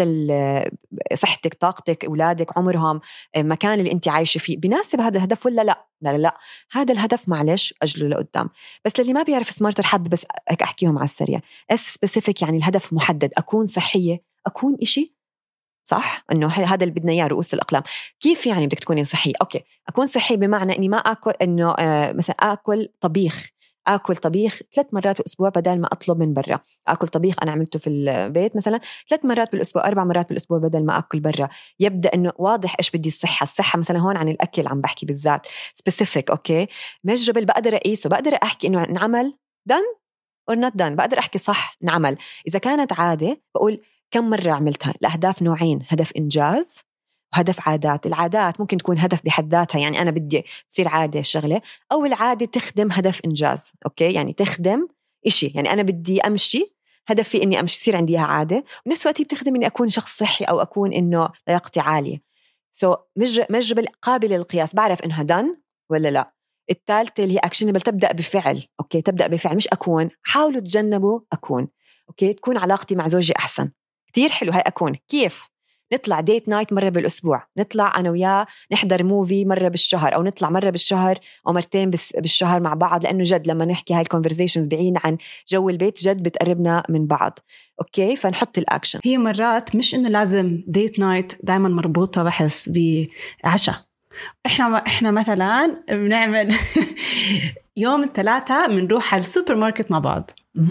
S1: صحتك طاقتك اولادك عمرهم المكان اللي انت عايشه فيه بيناسب هذا الهدف ولا لا. لا لا, لا. هذا الهدف معلش اجله لقدام. بس للي ما بيعرف سمارتر حابه بس هيك احكيهم على السريع. اس سبيسيفيك يعني الهدف محدد، اكون صحيه، اكون إشي صح انه هذا اللي بدنا اياه رؤوس الاقلام. كيف يعني بدك تكوني صحيه؟ اوكي اكون صحيه بمعنى اني ما اكل انه آه مثلا اكل طبيخ اكل طبيخ ثلاث مرات بالاسبوع بدل ما اطلب من برا. اكل طبيخ انا عملته في البيت مثلا ثلاث مرات بالاسبوع اربع مرات بالاسبوع بدل ما اكل برا. يبدا انه واضح ايش بدي الصحه. الصحه مثلا هون عن الاكل عم بحكي بالذات سبيسيفيك اوكي مجربل بقدر اقيسه، بقدر احكي انه نعمل دن or not done، بقدر احكي صح نعمل. اذا كانت عاده بقول كم مرة عملتها. الأهداف نوعين، هدف إنجاز وهدف عادات. العادات ممكن تكون هدف بحد ذاتها يعني أنا بدي تصير عادة الشغلة، أو العادة تخدم هدف إنجاز أوكي يعني تخدم إشي يعني أنا بدي أمشي هدفي إني أمشي يصير عندي عادة ونفس الوقت بتخدم إني أكون شخص صحي أو أكون إنه لياقتي عالية. سو so, مجرب قابل للقياس بعرف إنها done ولا لا. الثالثة اللي هي actionable تبدأ بفعل أوكي تبدأ بفعل مش أكون. حاولوا تجنبوا أكون أوكي. تكون علاقتي مع زوجي أحسن كتير حلو هاي أكون. كيف؟ نطلع ديت نايت مرة بالأسبوع، نطلع أنا وياه نحضر موفي مرة بالشهر أو نطلع مرة بالشهر أو مرتين بالشهر مع بعض، لأنه جد لما نحكي هاي الكونفرزيشنز بعيدة عن جو البيت جد بتقربنا من بعض أوكي. فنحط الأكشن.
S2: هي مرات مش إنه لازم ديت نايت دايما مربوطة بحس بعشاء، إحنا إحنا مثلا بنعمل يوم الثلاثاء بنروح على السوبر ماركت مع بعض.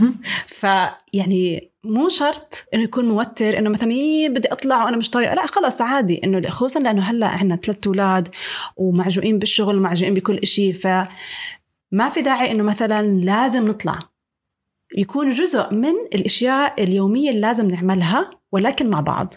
S2: فيعني مو شرط إنه يكون موتر إنه مثلا إيه بدي أطلع وأنا مش طايقة، لا خلاص عادي، إنه خصوصا لأنه هلا عنا ثلاث أولاد ومعجوقين بالشغل ومعجوقين بكل إشي، فما في داعي إنه مثلا لازم نطلع. يكون جزء من الأشياء اليومية اللي لازم نعملها ولكن مع بعض.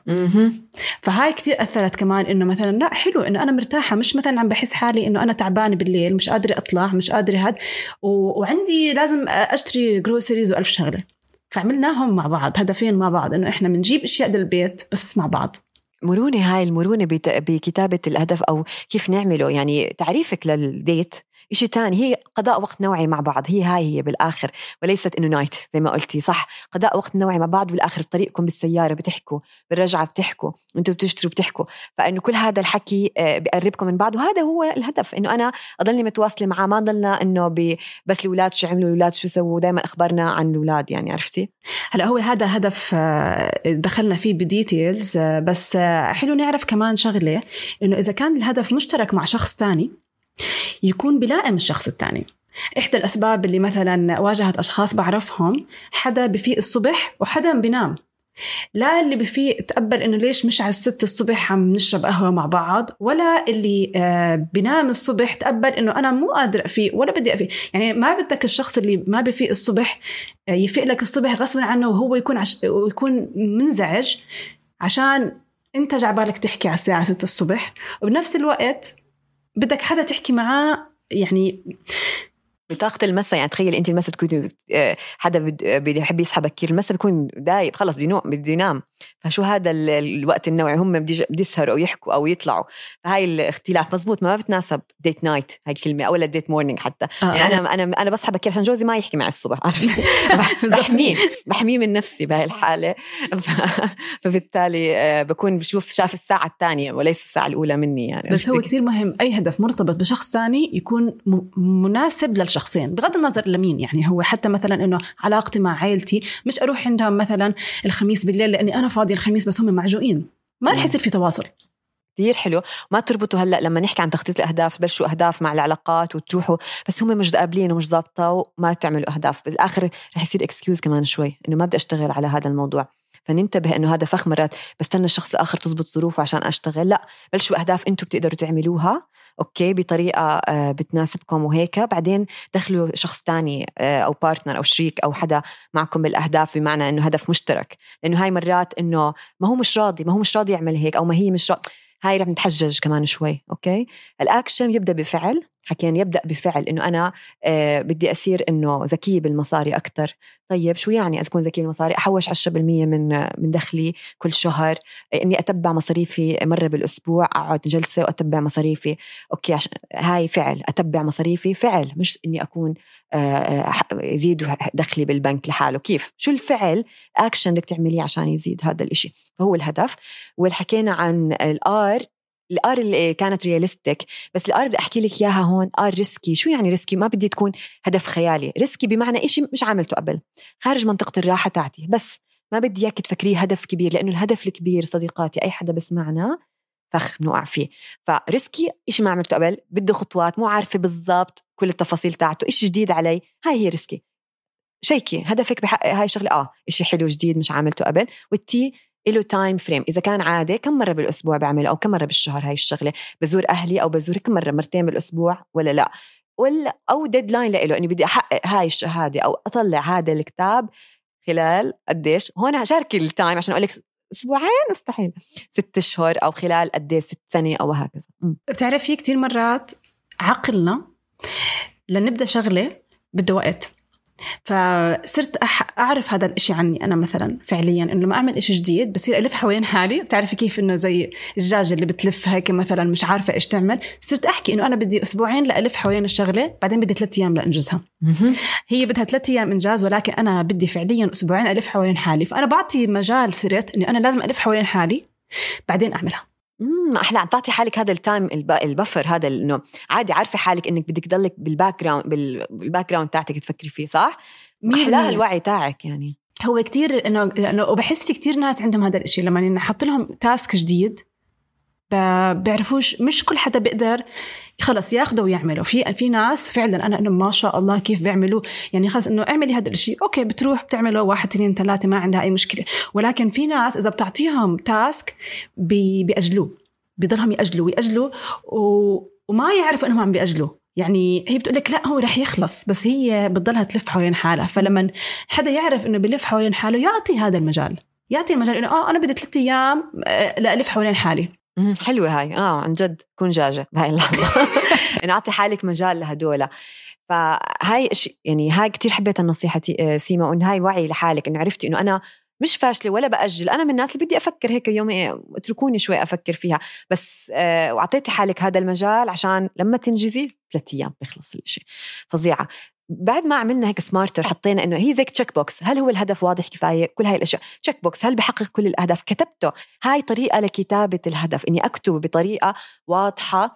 S2: فهاي كتير أثرت كمان إنه مثلا لا حلو إنه أنا مرتاحة، مش مثلا عم بحس حالي إنه أنا تعبانة بالليل مش قادرة أطلع مش قادرة هاد و... وعندي لازم أشتري جروسريز وألف شغلة. فعملناهم مع بعض، هدفين مع بعض، إنه إحنا بنجيب أشياء للبيت بس مع بعض.
S1: مرونة، هاي المرونة بت... بكتابة الهدف أو كيف نعمله. يعني تعريفك للديت إشي تاني، هي قضاء وقت نوعي مع بعض، هي هاي هي بالآخر، وليست إنه نايت زي ما قلتي صح. قضاء وقت نوعي مع بعض، بالآخر طريقكم بالسيارة بتحكوا، بالرجعة بتحكوا، أنتوا بتشتروا بتحكوا. فإنه كل هذا الحكي بقربكم من بعض، وهذا هو الهدف، إنه أنا أضلني متواصلة معاه، ما ضلنا إنه ب... بس الأولاد شو عملوا، الأولاد شو سووا، دايما أخبارنا عن الأولاد. يعني عرفتي
S2: هلا هو هذا هدف دخلنا فيه بديتيلز، بس حلو نعرف كمان شغلة، إنه إذا كان الهدف مشترك مع شخص تاني يكون بلائم الشخص التاني. إحدى الأسباب اللي مثلا واجهت أشخاص بعرفهم، حدا بفيق الصبح وحدا بينام، لا اللي بفيق تقبل إنه ليش مش على الست الصبح عم نشرب قهوة مع بعض، ولا اللي بينام الصبح تقبل إنه أنا مو قادر أفيق ولا بدي أفيق. يعني ما بدك الشخص اللي ما بفيق الصبح يفيق لك الصبح غصبا عنه وهو يكون عش... ويكون منزعج عشان أنت جعبالك تحكي على الساعة ستة الصبح، وبنفس الوقت بدك حدا تحكي معاه يعني
S1: بطاقة المسا. يعني تخيل أنت المسا تكون حدا بده يحب يسحبك كير، المسا بيكون دايب خلص بينوم بده ينام. فشو هذا الوقت النوعي، هم بدي يسهروا أو يحكوا أو يطلعوا. فهاي الاختلاف مزبوط، ما بتناسب ديت نايت هاي الكلمة، أو ديت مورنينج حتى. آه يعني أنا أنا أنا بسحبك كير عشان جوزي ما يحكي معي الصبح، عرفت؟ بحميه بحميه من نفسي بهاي الحالة. فبالتالي بكون بشوف شاف الساعة الثانية وليس الساعة الأولى مني. يعني
S2: بس هو كتير مهم أي هدف مرتبط بشخص ثاني يكون مناسب للشخصين بغض النظر لمين. يعني هو حتى مثلا إنه علاقتي مع عائلتي مش أروح عندهم مثلا الخميس بالليل لأني أنا فاضي الخميس بس هم معجوقين، ما رح يصير في تواصل.
S1: كتير حلو. ما تربطوا هلأ لما نحكي عن تخطيط الأهداف بلشوا أهداف مع العلاقات وتروحوا بس هم مش قابلين ومش ضابطة وما تعملوا أهداف، بالآخر رح يصير إكسكيوز كمان شوي إنه ما بدي أشتغل على هذا الموضوع. فننتبه إنه هذا فخ مرات بستنى الشخص الآخر تزبط ظروفه عشان أشتغل، لا بلشوا أهداف أنتوا بتقدروا تعملوها أوكي بطريقة بتناسبكم، وهيك بعدين دخلوا شخص تاني أو بارتنر أو شريك أو حدا معكم بالأهداف، بمعنى إنه هدف مشترك. لأنه هاي مرات إنه ما هو مش راضي ما هو مش راضي يعمل هيك أو ما هي مش راضي، هاي رح نتحجج كمان شوي. أوكي الأكشن يبدأ بفعل، حكينا يبدأ بفعل إنه أنا آه بدي أصير إنه ذكي بالمصاري أكتر. طيب شو يعني أكون ذكي بالمصاري؟ أحوش عشرة بالمية من من دخلي كل شهر، إني أتبع مصاريفي مرة بالأسبوع، أقعد جلسة وأتبع مصاريفي. أوكي عش... هاي فعل، أتبع مصاريفي فعل، مش إني أكون آه يزيد دخلي بالبنك لحاله. كيف شو الفعل أكشن بدك تعمليه عشان يزيد هذا الإشي؟ فهو الهدف. والحكينا عن الآر، الآر اللي كانت رياليستيك، بس الآر بدي أحكي لك إياها هون آر ريسكي. شو يعني ريسكي؟ ما بدي تكون هدف خيالي. ريسكي بمعنى إشي مش عملته قبل، خارج منطقة الراحة تاعتي، بس ما بدي إياك تفكريه هدف كبير، لأنه الهدف الكبير صديقاتي أي حدا بسمعنا فخ نوقع فيه. فريسكي إشي ما عملته قبل، بده خطوات، مو عارفة بالضبط كل التفاصيل تاعته، إشي جديد علي، هاي هي ريسكي. شيكي هدفك بحقق هاي شغلة آه إشي حلو جديد مش عملته قبل. والتي إله تايم فريم، إذا كان عادة كم مرة بالأسبوع بعمله أو كم مرة بالشهر هاي الشغلة، بزور أهلي أو بزور كم مرة، مرتين بالأسبوع ولا لا، ولا أو ديدلاين لإله إني بدي أحقق هاي الشهادة أو أطلع هذا الكتاب خلال قديش. هون هشارك التايم عشان أقولك أسبوعين مستحيل، ست شهور أو خلال قديش ست سنة أو هكذا.
S2: بتعرفي كتير مرات عقلنا لنبدأ شغلة بده وقت، فصرت أعرف هذا الإشي عني أنا مثلا فعليا، إنه لما أعمل إشي جديد بصير ألف حوالين حالي. بتعرفي كيف إنه زي الدجاجة اللي بتلف هيك مثلا مش عارفة إيش تعمل، صرت أحكي إنه أنا بدي أسبوعين لألف حوالين الشغلة، بعدين بدي ثلاثة أيام لأنجزها. هي بدها ثلاثة أيام إنجاز، ولكن أنا بدي فعليا أسبوعين ألف حوالين حالي. فأنا بعطي مجال سرت إنه أنا لازم ألف حوالين حالي بعدين أعملها.
S1: امم احلى عم تعطي حالك هذا التايم البفر، هذا انه عادي عارفه حالك انك بدك تضلك بالباك جراوند بالباك جراوند تاعتك تفكري فيه، صح؟ احلى الوعي تاعك. يعني
S2: هو كتير انه انه وبحس في كتير ناس عندهم هذا الشيء، لما نحط لهم تاسك جديد بيعرفوش، مش كل حدا بيقدر خلص ياخده ويعمله. في في ناس فعلا أنا إنه ما شاء الله كيف بيعملوا، يعني خلص إنه اعملي هذا الشيء أوكي بتروح بتعمله واحد اثنين ثلاثة ما عندها أي مشكلة. ولكن في ناس إذا بتعطيهم تاسك بي بيأجلوه، بيضلهم يأجلوا ويأجلوا و... وما يعرفوا إنهم عم بيأجلوا. يعني هي بتقولك لا هو رح يخلص، بس هي بتضلها تلف حوالين حالها. فلما حدا يعرف إنه بيلف حوالين حاله يعطي هذا المجال، يعطي المجال إنه آه أنا بدي ثلاثة أيام لا ألف حوالين حالي.
S1: حلوة هاي، آه عن جد كون جاجة بهاي اللحظة إن أعطي حالك مجال لهدولة. فهاي يعني هاي كتير حبيت النصيحة سيما، وإن هاي وعي لحالك إنه عرفتي إنه أنا مش فاشلة ولا بأجل، أنا من الناس اللي بدي أفكر هيك يوم اتركوني شوي أفكر فيها بس. آه وعطيتي حالك هذا المجال عشان لما تنجزي ثلاثة أيام بيخلص الشيء. فظيعة. بعد ما عملنا هيك سمارتر حطينا إنه هي زي تشيك بوكس، هل هو الهدف واضح كفاية؟ كل هاي الأشياء تشيك بوكس، هل بحقق كل الأهداف؟ كتبته. هاي طريقة لكتابة الهدف، إني أكتب بطريقة واضحة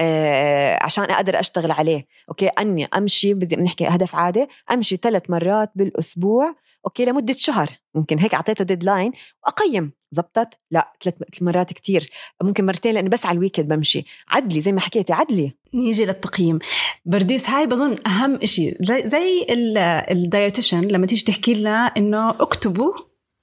S1: آه عشان أقدر أشتغل عليه. أوكي أني أمشي، بدي نحكي هدف عادة، أمشي ثلاث مرات بالأسبوع أوكي لمدة شهر، ممكن هيك أعطيته ديدلاين وأقيم زبطت لا ثلاث مرات كتير، ممكن مرتين لأنه بس على الويكند بمشي. عدلي زي ما حكيتي عدلي.
S2: نيجي للتقييم برديس، هاي بظن أهم إشي زي, زي الدايتيشن لما تيجي تحكي لنا إنه اكتبوا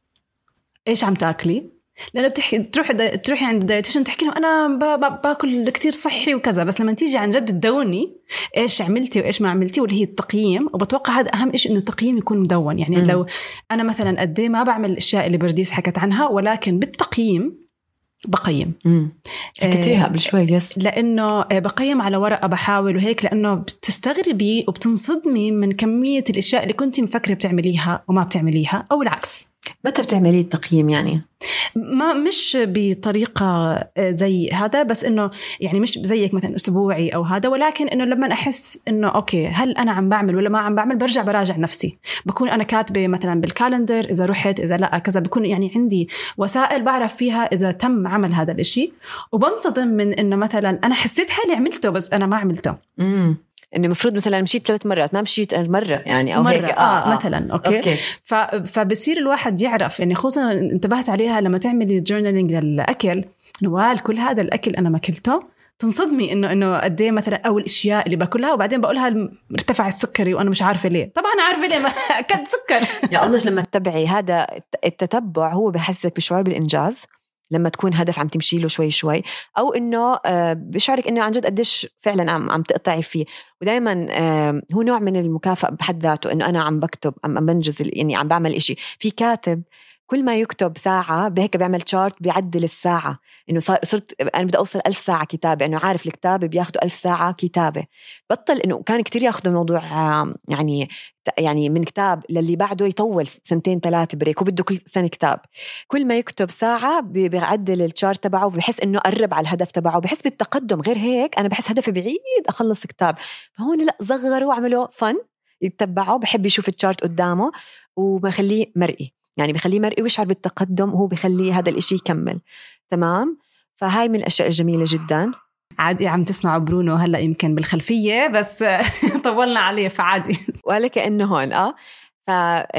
S2: إيش عم تاكلي، لأنه بتحكي تروح تروحي عند الدايتيشن تحكي لهم أنا باكل كتير صحي وكذا، بس لما تيجي عن جد تدوني إيش عملتي وإيش ما عملتي واللي هي التقييم. وبتوقع هذا أهم إشي إنه التقييم يكون مدون. يعني م. لو أنا مثلا قد ما بعمل الأشياء اللي برديس حكت عنها، ولكن بالتقييم بقيم
S1: حكيتيها قبل شوي يس،
S2: لأنه بقيم على ورقة بحاول وهيك، لأنه بتستغربي وبتنصدمي من كمية الأشياء اللي كنتي مفكرة بتعمليها وما بتعمليها أو العكس.
S1: متى بتعملي التقييم؟ يعني
S2: ما مش بطريقة زي هذا، بس إنه يعني مش زيك مثلا أسبوعي أو هذا، ولكن إنه لما أحس إنه أوكي هل أنا عم بعمل ولا ما عم بعمل، برجع براجع نفسي. بكون أنا كاتبة مثلا بالكالندر إذا رحت إذا لا كذا، بكون يعني عندي وسائل بعرف فيها إذا تم عمل هذا الإشي. وبنصدم من إنه مثلا أنا حسيت حالي عملته بس أنا ما عملته.
S1: امم إنه مفروض مثلا مشيت ثلاث مرات ما مشيت مرة يعني أو
S2: مرة
S1: هيك.
S2: آه, آه, آه مثلا أوكي,
S1: أوكي.
S2: ف فبصير الواحد يعرف يعني، خصوصا انتبهت عليها لما تعملي جورنالينج للأكل، نوال كل هذا الأكل أنا ما أكلته، تنصدمي إنه إنه قد إيه مثلا أول الأشياء اللي باكلها وبعدين بقولها ارتفع السكري وأنا مش عارفة ليه. طبعا عارفة ليه ما أكلت سكر.
S1: يا الله لما تتبعي هذا التتبع هو بحسك بشعور بالإنجاز لما تكون هدف عم تمشي له شوي شوي، أو إنه بشعرك إنه عن جد قديش فعلا عم عم تقطعي فيه. ودائما هو نوع من المكافأة بحد ذاته، إنه أنا عم بكتب عم بنجز يعني عم بعمل إشي. في كاتب كل ما يكتب ساعة بهيك بيعمل شارت بيعدل الساعة، إنه صرت أنا بدي أوصل ألف ساعة كتابة، إنه عارف الكتابة بياخدوا ألف ساعة كتابة. بطل إنه كان كتير ياخدوا الموضوع يعني يعني من كتاب للي بعده يطول سنتين ثلاثة بريك وبده كل سنة كتاب. كل ما يكتب ساعة بيعدل الشارت تبعه وبحس إنه قرب على الهدف تبعه، بحس بالتقدم. غير هيك أنا بحس هدفي بعيد أخلص كتاب، فهون لا صغروا وعملوا فن يتبعوا، بحب يشوف الشارت قدامه وما يخليه مرئي، يعني بيخليه مرئي ويشعر بالتقدم وهو بيخليه هذا الاشي يكمل. تمام. فهاي من الأشياء الجميلة جدا.
S2: عادي عم تسمعوا برونو هلأ يمكن بالخلفية بس طولنا عليه فعادي
S1: ولا كأنه هون اه ف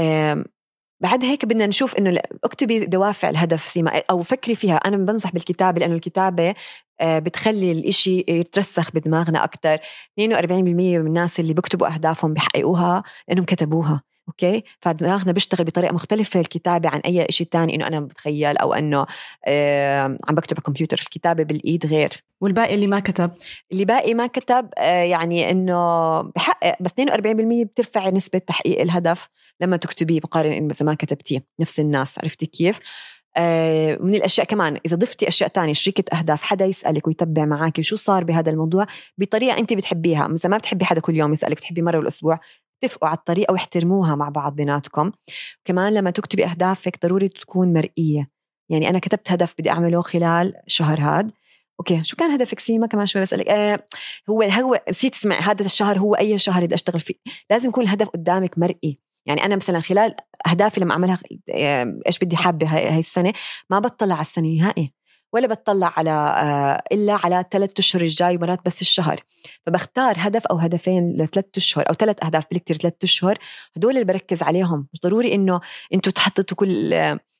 S1: بعد هيك بدنا نشوف إنه اكتبي دوافع الهدف سيما أو فكري فيها. أنا بنصح بالكتابة لأنه الكتابة بتخلي الإشي يترسخ بدماغنا أكتر. اثنين وأربعين بالمية من الناس اللي بكتبوا أهدافهم بيحققوها لأنهم كتبوها. أوكي، فدماغنا بيشتغل بطريقة مختلفة الكتابة عن أي إشي تاني، إنه أنا بتخيل أو إنه آه عم بكتب على الكمبيوتر. الكتابة بالإيد غير.
S2: والباقي اللي ما كتب
S1: اللي باقي ما كتب آه يعني إنه بحقق، بس اثنين وأربعين بالمية بترفع نسبة تحقيق الهدف لما تكتبيه بقارن إن مثلا ما كتبتيه. نفس الناس، عرفتي كيف؟ آه من الأشياء كمان إذا ضفتي أشياء تانية، شريكة أهداف، حدا يسألك ويتبع معاكي شو صار بهذا الموضوع بطريقة أنت بتحبيها. مثلا ما بتحبي حدا كل يوم يسألك، تحبي مرة بالأسبوع، اتفقوا على الطريقة واحترموها مع بعض بيناتكم. كمان لما تكتبي أهدافك ضروري تكون مرئية. يعني أنا كتبت هدف بدي أعمله خلال شهر هاد، أوكي شو كان هدفك سيما؟ كمان شوي بسألك آه هو هو نسيت تسمع هذا الشهر هو أي شهر بدي أشتغل فيه. لازم يكون الهدف قدامك مرئي. يعني أنا مثلا خلال أهدافي لما أعملها آه إيش بدي حابة هاي السنة، ما بطلع على السنة نهائي ولا بتطلع على آه إلا على ثلاث أشهر الجاي ومرات بس الشهر. فبختار هدف أو هدفين لثلاث أشهر أو ثلاث أهداف بالكتير ثلاث أشهر، هدول اللي بركز عليهم. مش ضروري إنه أنتوا تحطوا كل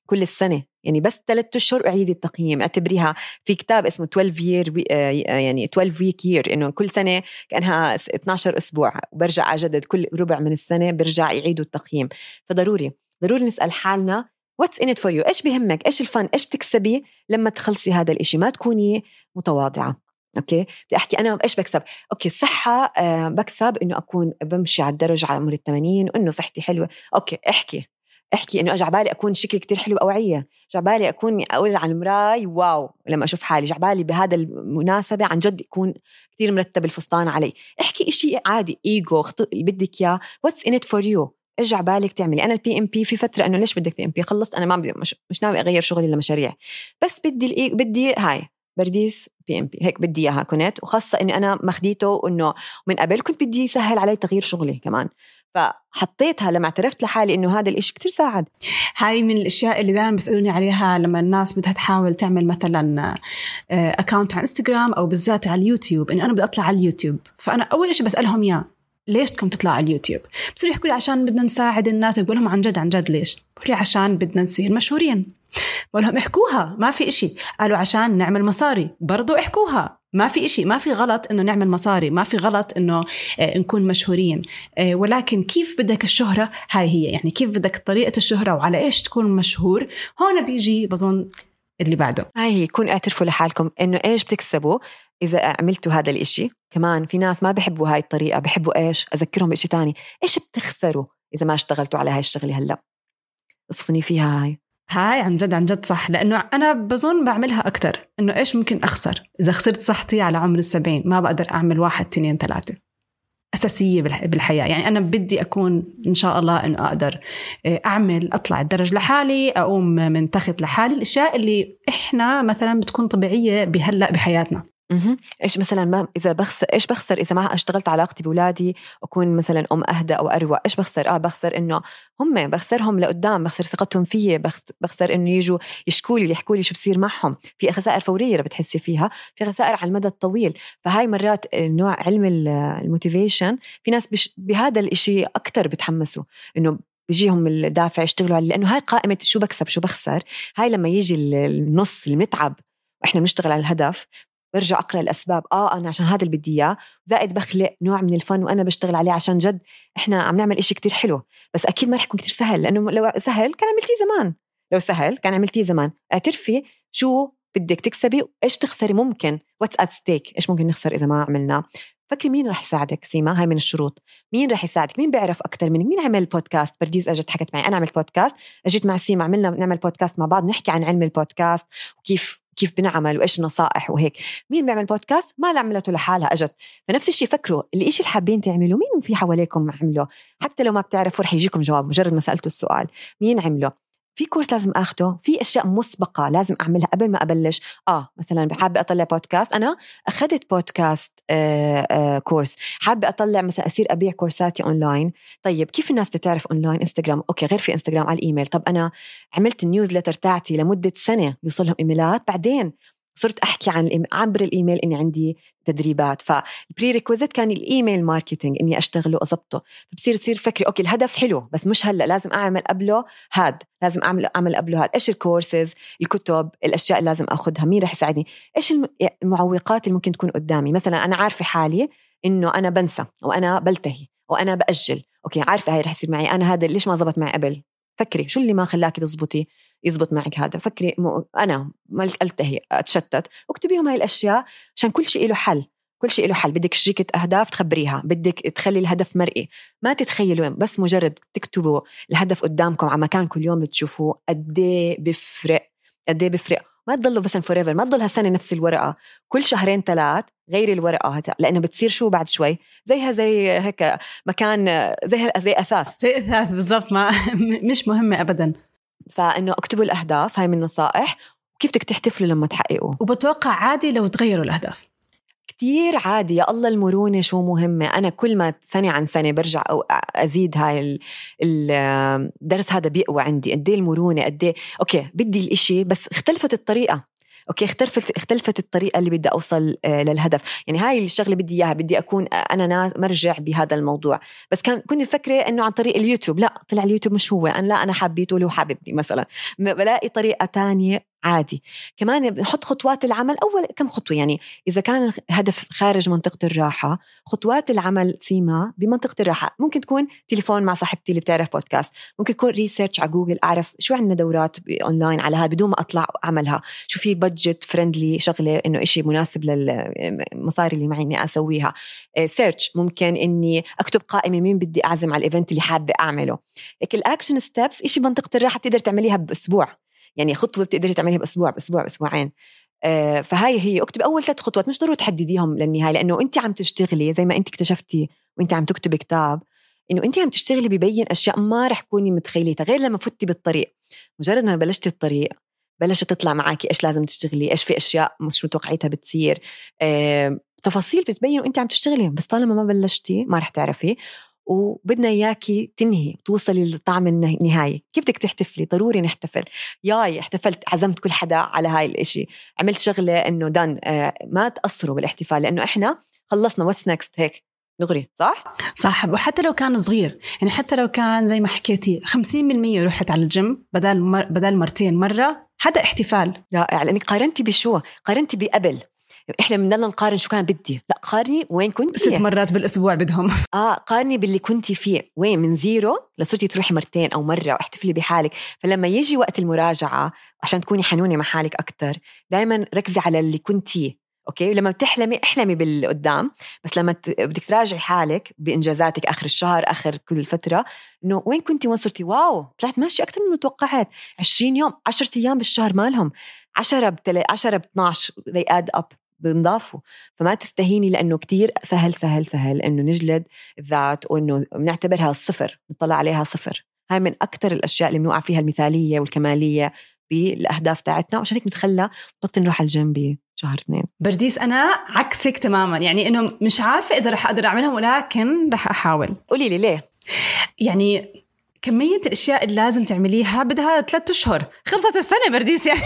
S1: كل السنة، يعني بس ثلاثة أشهر أعيد التقييم. اعتبريها في كتاب اسمه اثنا عشر year يعني اثنا عشر week year، إنه كل سنة كأنها اثنا عشر أسبوع وبرجع أجدد كل ربع من السنة برجع يعيدوا التقييم. فضروري ضروري نسأل حالنا what's in it for you، إيش بهمك، إيش الفن، إيش بتكسبي لما تخلصي هذا الإشي. ما تكوني متواضعة. أوكي بدي أحكي أنا إيش بكسب. أوكي الصحة أه بكسب إنه أكون بمشي على الدرج على عمر الثمانين وإنه صحتي حلوة. أوكي احكي احكي إنه أجع بالي أكون شكلي كتير حلو أوعية، جع بالي أكون أقول على المراي واو لما أشوف حالي، جع بالي بهذا المناسبة عن جد يكون كتير مرتب الفستان علي. احكي إشي عادي إيجو خط... بدك يا what's in it for you. اجع بالك تعملي. أنا البي ام بي في فترة إنه ليش بدك بي ام بي، خلصت أنا ما بدي مش, مش ناوي أغير شغلي لمشاريع، بس بدي الإي... بدي هاي برديس بي ام بي هيك بدي اياها كنت، وخاصه اني انا مخديته انه من قبل كنت بدي يسهل علي تغيير شغلي كمان، فحطيتها لما اعترفت لحالي انه هذا الاشي كتير ساعد.
S2: هاي من الاشياء اللي دائما بيسالوني عليها لما الناس بدها تحاول تعمل مثلا اكاونت على انستغرام او بالذات على اليوتيوب، انه انا بدي اطلع على اليوتيوب. فانا اول شيء بسالهم يا ليش بدكم تطلعوا على اليوتيوب؟ بصيروا يحكوا لي عشان بدنا نساعد الناس. بقول لهم عن جد عن جد ليش؟ بقول لي عشان بدنا نصير مشهورين. بقول لهم احكوها ما في إشي. قالوا عشان نعمل مصاري، برضو احكوها ما في إشي، ما في غلط إنه نعمل مصاري، ما في غلط إنه نكون مشهورين، ولكن كيف بدك الشهرة هاي هي، يعني كيف بدك طريقة الشهرة وعلى إيش تكون مشهور. هون بيجي بظن اللي بعده
S1: هاي هي يكون اعترفوا لحالكم إنه إيش بتكسبوا إذا عملتوا هذا الإشي. كمان في ناس ما بيحبوا هاي الطريقة، بيحبوا إيش، أذكرهم بإشي تاني، إيش بتخسروا إذا ما اشتغلتوا على هاي الشغلة هلأ. اصفني فيها هاي
S2: هاي عن جد عن جد صح، لأنه أنا بظن بعملها أكتر. إنه إيش ممكن أخسر إذا خسرت صحتي على عمر السبعين؟ ما بقدر أعمل واحد اثنين ثلاثة أساسية بالحياة. يعني أنا بدي أكون إن شاء الله إنه أقدر أعمل أطلع الدرج لحالي، أقوم من تخت لحالي، الأشياء اللي إحنا مثلا بتكون طبيعية بهلأ بحياتنا.
S1: اها ايش مثلا ما اذا بخسر، ايش بخسر اذا ما اشتغلت علاقتي باولادي اكون مثلا ام اهدى او اروق. ايش بخسر؟ اه بخسر انه هم بخسرهم لقدام، بخسر ثقتهم فيي، بخسر انه يجوا يشكوا لي يحكوا لي شو بصير معهم. في خسائر فوريه بتحسي فيها، في خسائر على المدى الطويل. فهاي مرات نوع علم الموتيفيشن في ناس بهذا الاشي اكثر بتحمسوا انه بيجيهم الدافع يشتغلوا عليه، لانه هاي قائمه شو بكسب شو بخسر. هاي لما يجي النص المتعب واحنا بنشتغل على الهدف برجع أقرأ الأسباب. آه أنا عشان هذا اللي بدي إياه، زائد بخلق نوع من الفن وأنا بشتغل عليه عشان جد إحنا عم نعمل إشي كتير حلو. بس أكيد ما رح يكون كتير سهل، لأنه لو سهل كان عملتيه زمان. لو سهل كان عملتيه زمان. اعترفي شو بدك تكسبي وإيش تخسري. ممكن what's at stake، إيش ممكن نخسر إذا ما عملنا. فكري مين رح يساعدك سيما، هاي من الشروط. مين رح يساعدك؟ مين بيعرف أكتر منك؟ مين عمل بودكاست؟ برديس أجت حكت معي، أنا عملت بودكاست، أجيت مع سيما عملنا نعمل بودكاست مع بعض، نحكي عن علم البودكاست وكيف كيف بنعمل وإيش نصائح وهيك. مين بيعمل بودكاست؟ ما عملته لحالها أجت. فنفس الشيء فكروا الإشي اللي حابين تعملوا مين في حواليكم عمله، حتى لو ما بتعرفوا رح يجيكم جواب مجرد ما سألتوا السؤال. مين عمله؟ في كورس لازم أخده، في أشياء مسبقة لازم أعملها قبل ما أبلش. آه مثلا حابة أطلع بودكاست، أنا أخذت بودكاست آه آه كورس. حابة أطلع مثلا أصير أبيع كورساتي أونلاين. طيب كيف الناس تتعرف أونلاين؟ إنستغرام. أوكي غير في إنستغرام على الإيميل. طب أنا عملت النيوزلتر تاعتي لمدة سنة يوصلهم إيميلات، بعدين صرت أحكي عن عبر الإيميل إني عندي تدريبات. فالبري ريكويزيت كان الإيميل ماركتينج إني أشتغله وأضبطه. فبصير يصير فكري أوكي الهدف حلو بس مش هلأ، لازم أعمل قبله هاد، لازم أعمل أعمل قبله هاد. إيش الكورسز، الكتب، الأشياء اللي لازم أخذها، مين رح يساعدني، إيش المعوقات اللي ممكن تكون قدامي. مثلا أنا عارفة حالي إنه أنا بنسى وأنا بلتهي وأنا بأجل. أوكي عارفة هاي رح يصير معي أنا، هذا ليش ما زبط معي قبل. فكري شو اللي ما خلاكي تزبطي يزبط معك هذا. فكري أنا ما ألتهي أتشتت، واكتبيهم هاي الأشياء عشان كل شيء له حل. كل شيء له حل. بدك شريكة أهداف تخبريها، بدك تخلي الهدف مرئي. ما تتخيلوا بس مجرد تكتبوا الهدف قدامكم على مكان كل يوم بتشوفوه قديه بفرق، قديه بفرق. ما تضلوا بس فوريفر، ما تضل هالسنة نفس الورقة، كل شهرين ثلاث غيري الورقة هتا، لأنه بتصير شو بعد شوي زيها زي هيك مكان زي زي أثاث
S2: زي أثاث بالضبط، ما مش مهمة أبدا.
S1: فإنه اكتبوا الأهداف، هاي من النصائح. وكيف بدك تحتفلوا لما تحققوا.
S2: وبتوقع عادي لو تغيروا الأهداف،
S1: كتير عادي. يا الله المرونة شو مهمة. أنا كل ما سنة عن سنة برجع أو أزيد هاي الدرس هذا بيقوى عندي. قديه المرونة، قديه أوكي بدي الإشي بس اختلفت الطريقة. أوكي اختلفت اختلفت الطريقة اللي بدي أوصل للهدف. يعني هاي الشغلة بدي إياها، بدي أكون أنا مرجع بهذا الموضوع، بس كان كنت فكرة إنه عن طريق اليوتيوب. لا، طلع اليوتيوب مش هو أنا، لا أنا حبيته وله حاببني مثلا، بلاقي طريقة تانية عادي. كمان بنحط خطوات العمل. أول كم خطوة، يعني إذا كان الهدف خارج منطقة الراحة، خطوات العمل فيما بمنطقة الراحة ممكن تكون تليفون مع صاحبتي اللي بتعرف بودكاست، ممكن يكون ريسيرش على جوجل، أعرف شو عندنا دورات أونلاين على هذا بدون ما أطلع أعملها، شو في بادجت فريندلي، شغلة إنه إشي مناسب للمصاري اللي معي إني أسويها. سيرش، ممكن إني أكتب قائمة مين بدي أعزم على الإيفنت اللي حابة أعمله. الأكشن ستيبس إشي منطقة الراحة بتقدر تعمليها بأسبوع، يعني خطوة بتقدري تعمليها بأسبوع بأسبوع بأسبوعين. آه فهاي هي اكتبي أول ثلاث خطوات، مش ضروري تحدديهم للنهاية، لأنه أنت عم تشتغلي زي ما أنت اكتشفتي وأنت عم تكتبي كتاب، إنه أنت عم تشتغلي ببين أشياء ما رح تكوني متخيلتها غير لما فتي بالطريق. مجرد ما بلشتي الطريق بلشت تطلع معاكي إيش لازم تشتغلي، إيش في أشياء مش متوقعيتها بتصير، آه تفاصيل بتبين وأنت عم تشتغلي، بس طالما ما بلشتي ما رح تعرفي. وبدنا إياكي تنهي توصلي للطعم النهائي. كيف بدك تحتفلي؟ ضروري نحتفل. ياي احتفلت، عزمت كل حدا على هاي الاشي، عملت شغلة انه دان. آه ما تقصروا بالاحتفال، لانه احنا خلصنا what's next هيك دغري. صح
S2: صح. وحتى لو كان صغير، يعني حتى لو كان زي ما حكيتي خمسين بالمية رحت على الجيم بدل مر بدل مرتين مرة، هذا احتفال
S1: رائع. لانك قارنتي بشو؟ قارنتي بقبل. إحنا بنضل نقارن شو كان بدي، لا قارني وين كنت
S2: ست مرات بالأسبوع بدهم.
S1: آه قارني باللي كنتي فيه، وين من زيرو لصرتي تروحي مرتين أو مرة واحتفلي بحالك. فلما يجي وقت المراجعة عشان تكوني حنونة مع حالك أكتر، دايما ركزي على اللي كنتي. أوكي، لما بتحلمي احلمي بالقدام، بس لما بدك تراجعي حالك بإنجازاتك آخر الشهر آخر كل فترة، إنه وين كنتي وين صرتي. واو طلعت ماشي أكتر من متوقعات. عشرين يوم عشرة أيام بالشهر مالهم عشرة بتل عشرة باتناش they add up بنضافوا. فما تستهيني، لأنه كتير سهل سهل سهل إنه نجلد الذات وإنه بنعتبرها صفر، نطلع عليها صفر. هاي من أكتر الأشياء اللي بنوقع فيها المثالية والكمالية بالأهداف تاعتنا، وعشان هيك نتخلى بطل نروح على الجنب شهر اثنين.
S2: برديس أنا عكسك تماما، يعني إنه مش عارفة إذا رح أقدر أعملها، ولكن رح أحاول.
S1: قولي لي ليه.
S2: يعني كمية الأشياء اللي لازم تعمليها بدها ثلاثة أشهر، خلصت السنة برديس يعني.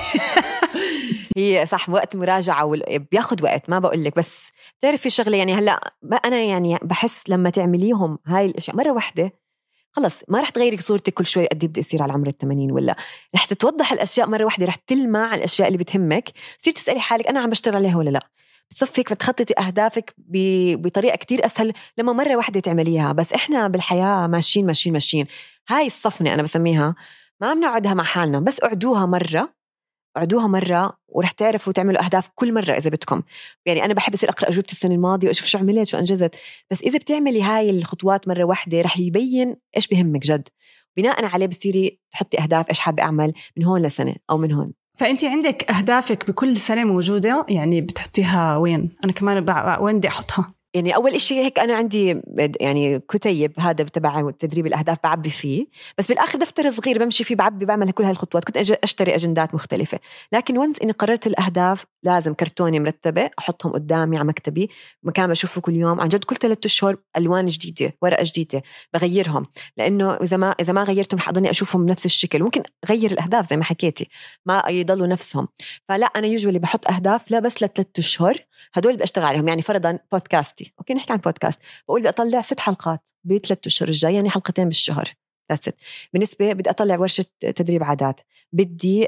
S1: هي صح، وقت مراجعة بياخد وقت، ما بقولك. بس تعرفي شغلة، يعني هلأ أنا يعني بحس لما تعمليهم هاي الأشياء مرة واحدة خلص ما رح تغيري صورتك كل شوي قد بدي يصير على عمر الثمانين، ولا رح تتوضح الأشياء مرة واحدة، رح تلمع الأشياء اللي بتهمك، تصير تسألي حالك أنا عم بشتغل عليها ولا لا. بتصفيك بتخططي أهدافك بطريقة كتير أسهل لما مرة واحدة تعمليها. بس إحنا بالحياة ماشيين ماشيين ماشيين. هاي الصفنة أنا بسميها، ما عم نقعدها مع حالنا، بس اعدوها مرة اعدوها مرة ورح تعرفوا تعملوا أهداف كل مرة إذا بدكم. يعني أنا بحب أصير أقرأ أجوبة السنة الماضية وأشوف شو عملت شو أنجزت، بس إذا بتعملي هاي الخطوات مرة واحدة رح يبين إيش بهمك جد، بناء عليه بصيري تحطي أهداف إيش حابة أعمل من هون لسنة أو من هون.
S2: فأنت عندك أهدافك بكل سنة موجودة، يعني بتحطيها وين؟ أنا كمان بع... وين بدي أحطها؟
S1: يعني أول إشي هيك أنا عندي يعني كتيب هذا تبع تدريب الأهداف بعبي فيه، بس بالآخر دفتر صغير بمشي فيه بعبي بعمل كل هالخطوات. كنت أشتري أجندات مختلفة، لكن وانس إني قررت الأهداف لازم كرتوني مرتبة أحطهم قدامي على مكتبي، مكان بشوفه كل يوم عن جد. كل ثلاثة أشهر ألوان جديدة، ورقة جديدة بغيرهم، لأنه إذا ما إذا ما غيرتهم رح أضلني أشوفهم بنفس الشكل. ممكن غير الأهداف زي ما حكيتي ما يضلوا نفسهم. فلا أنا يوجولي بحط أهداف لا بس لثلاثة أشهر هدول بدي أشتغل عليهم. يعني فرضاً بودكاستي، أوكي نحكي عن بودكاست، بقول بدي أطلع ست حلقات بثلاثة أشهر الجاي، يعني حلقتين بالشهر. بالنسبة بدي أطلع ورشة تدريب عادات، بدي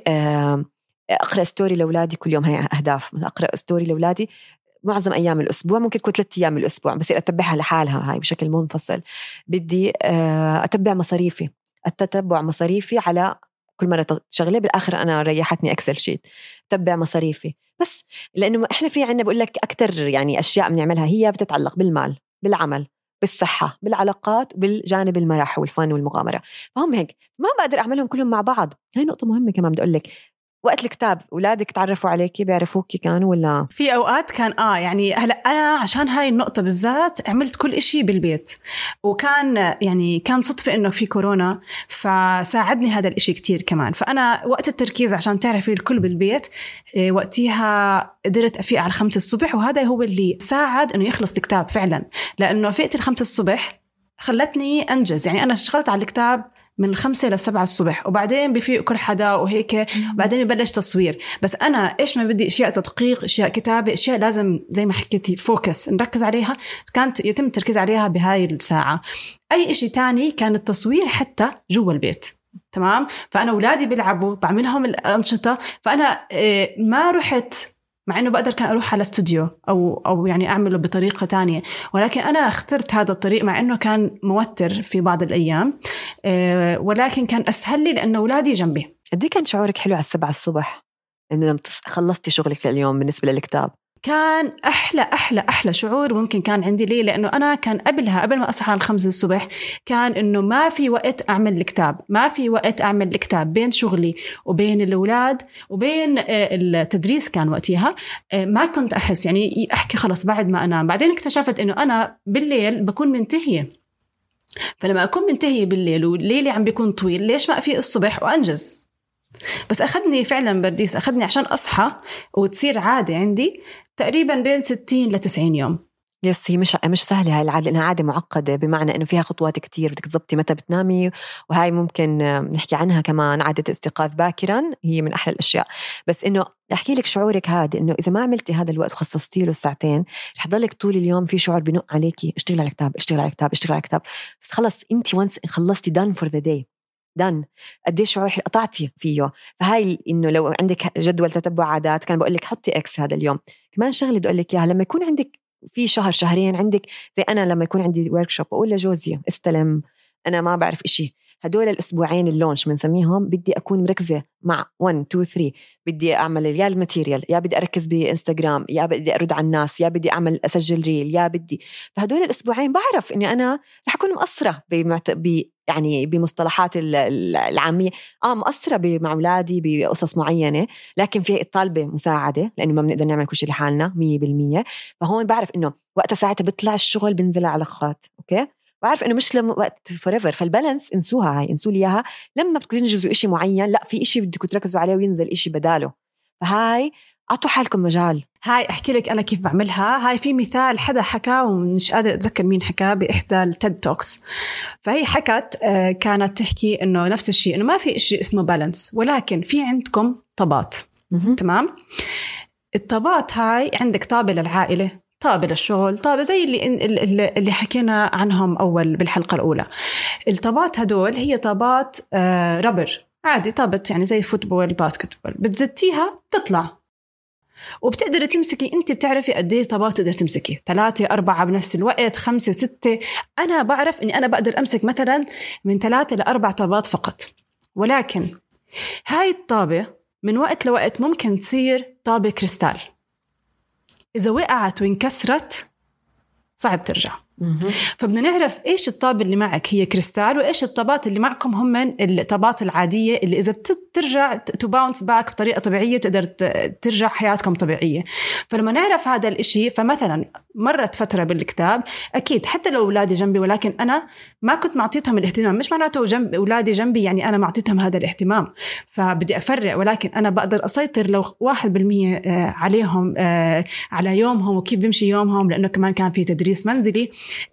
S1: أقرأ ستوري لأولادي كل يوم. هي أهداف، أقرأ ستوري لأولادي معظم أيام الأسبوع، ممكن تكون ثلاثة أيام الأسبوع، بس أتبعها لحالها هاي بشكل منفصل. بدي أتبع مصاريفي، أتتبع مصاريفي على كل مرة شغلة. بالآخر أنا ريحتني أكسل شيت تبع مصاريفي بس، لأنه إحنا في عنا بقول لك أكتر يعني أشياء بنعملها هي بتتعلق بالمال، بالعمل، بالصحة، بالعلاقات، بالجانب المرح والفن والمغامرة. فهم هيك ما بقدر أعملهم كلهم مع بعض. هاي نقطة مهمة كمان بدي أقول لك. وقت الكتاب أولادك تعرفوا عليكي بيعرفوكي كانوا ولا؟
S2: في أوقات كان آه يعني هلأ أنا عشان هاي النقطة بالذات عملت كل إشي بالبيت، وكان يعني كان صدفة إنه في كورونا فساعدني هذا الإشي كتير كمان. فأنا وقت التركيز عشان تعرفي الكل بالبيت إيه وقتها قدرت أفيق على خمسة الصبح، وهذا هو اللي ساعد إنه يخلص الكتاب فعلا، لأنه فئت الخمسة الصبح خلتني أنجز. يعني أنا اشتغلت على الكتاب من خمسة لسبعة الصبح، وبعدين بفيق كل حدا وهيك، وبعدين يبلش تصوير. بس أنا إيش ما بدي أشياء تدقيق، أشياء كتابة، أشياء لازم زي ما حكيتي فوكس نركز عليها، كانت يتم التركيز عليها بهاي الساعة. أي إشي تاني كان التصوير حتى جوا البيت. تمام. فأنا أولادي بيلعبوا، بعملهم الأنشطة، فأنا ما رحت، مع أنه بقدر كان أروح على استوديو أو أو يعني أعمله بطريقة تانية، ولكن أنا اخترت هذا الطريق مع أنه كان موتر في بعض الأيام، ولكن كان أسهل لي لأنه أولادي جنبي.
S1: قد كان شعورك حلو على السبعة الصبح إنه لما خلصتي شغلك لليوم بالنسبة للكتاب؟
S2: كان أحلى أحلى أحلى شعور ممكن كان عندي. ليه؟ لأنه أنا كان قبلها، قبل ما أصحى على الخمسة الصبح، كان إنه ما في وقت أعمل الكتاب، ما في وقت أعمل الكتاب بين شغلي وبين الأولاد وبين التدريس. كان وقتها ما كنت أحس، يعني أحكي خلص بعد ما أنام. بعدين اكتشفت إنه أنا بالليل بكون منتهية، فلما أكون منتهية بالليل وليلي عم بيكون طويل، ليش ما أفيق الصبح وأنجز؟ بس أخذني فعلا برديس، أخذني عشان أصحى وتصير عادة عندي تقريبا بين ستين لتسعين يوم.
S1: يس، هي مش مش سهلة هاي العادة، لأنها عادة معقدة، بمعنى إنه فيها خطوات كتير، بدك تضبطي متى بتنامي، وهاي ممكن نحكي عنها كمان. عادة الاستيقاظ باكرا هي من أحلى الأشياء. بس إنه أحكي لك شعورك هذا، إنه إذا ما عملتي هذا الوقت وخصصتي له ساعتين، رح ضلك طول اليوم في شعور بنق عليكي، اشتغل على كتاب اشتغل على كتاب اشتغل على كتاب. بس خلص أنت وانس خلصتي done for the day دان، قديش شعور قطعتي فيه. فهاي إنه لو عندك جدول تتبع عادات، كان بقول لك حطي إكس هذا اليوم. كمان شغلة بدي أقول لك إياها، لما يكون عندك في شهر شهرين عندك، زي أنا لما يكون عندي وركشوب أقول لجوزي استلم، أنا ما بعرف إشي، هدول الأسبوعين اللونش بنسميهم، بدي أكون مركزة مع واحد اثنين ثلاثة، بدي أعمل يا الماتيريال، يا بدي أركز بإنستغرام، يا بدي أرد على الناس، يا بدي أعمل أسجل ريل، يا بدي. فهدول الأسبوعين بعرف إني أنا رح أكون مقصرة بمعت... ب يعني بمصطلحات العامية، آه مقصرة مع أولادي بقصص معينة، لكن في طالبة مساعدة، لأنه ما بنقدر نعمل كل شيء لحالنا مية بالمية. فهون بعرف إنه وقتها ساعتها بيطلع الشغل بنزل على خط، أوكي، بعرف إنه مش لم وقت forever. فالبالانس انسوها، هاي انسوا لي إياها. لما بدكم تنجزوا إشي معين، لا في إشي بدكم تركزوا عليه وينزل إشي بداله. فهاي أعطوا حالكم مجال.
S2: هاي أحكي لك أنا كيف بعملها. هاي في مثال حدا حكى ومش قادر أتذكر مين حكى بإحدى التيد توكس. فهي حكت كانت تحكي إنه نفس الشيء، إنه ما في إشي اسمه بالانس، ولكن في عندكم طابات. تمام. الطابات هاي عندك طابة للعائلة، طابة للشغل، طابة زي اللي اللي حكينا عنهم أول بالحلقة الأولى. الطابات هدول هي طابات ربر عادي، طابة يعني زي فوتبول باسكتبول، بتزتيها تطلع وبتقدر تمسكي. انت بتعرفي قد ايه طابات تقدر تمسكي، ثلاثة أربعة بنفس الوقت، خمسة ستة. أنا بعرف إني أنا بقدر أمسك مثلا من ثلاثة لأربع طابات فقط، ولكن هاي الطابة من وقت لوقت ممكن تصير طابة كريستال. إذا وقعت وانكسرت صعب ترجع. فبدنا نعرف إيش الطابة اللي معك هي كريستال، وإيش الطابات اللي معكم هم الطابات العادية اللي إذا بترجع تو باونس باك بطريقة طبيعية بتقدر ترجع حياتكم طبيعية. فلما نعرف هذا الإشي، فمثلا مرت فترة بالكتاب أكيد حتى لو أولادي جنبي، ولكن أنا ما كنت معطيتهم الاهتمام. مش معناته جنب أولادي جنبي يعني أنا معطيتهم هذا الاهتمام، فبدي أفرق. ولكن أنا بقدر أسيطر لو واحد بالمية عليهم على يومهم وكيف بيمشي يومهم، لأنه كمان كان في تدريس منزلي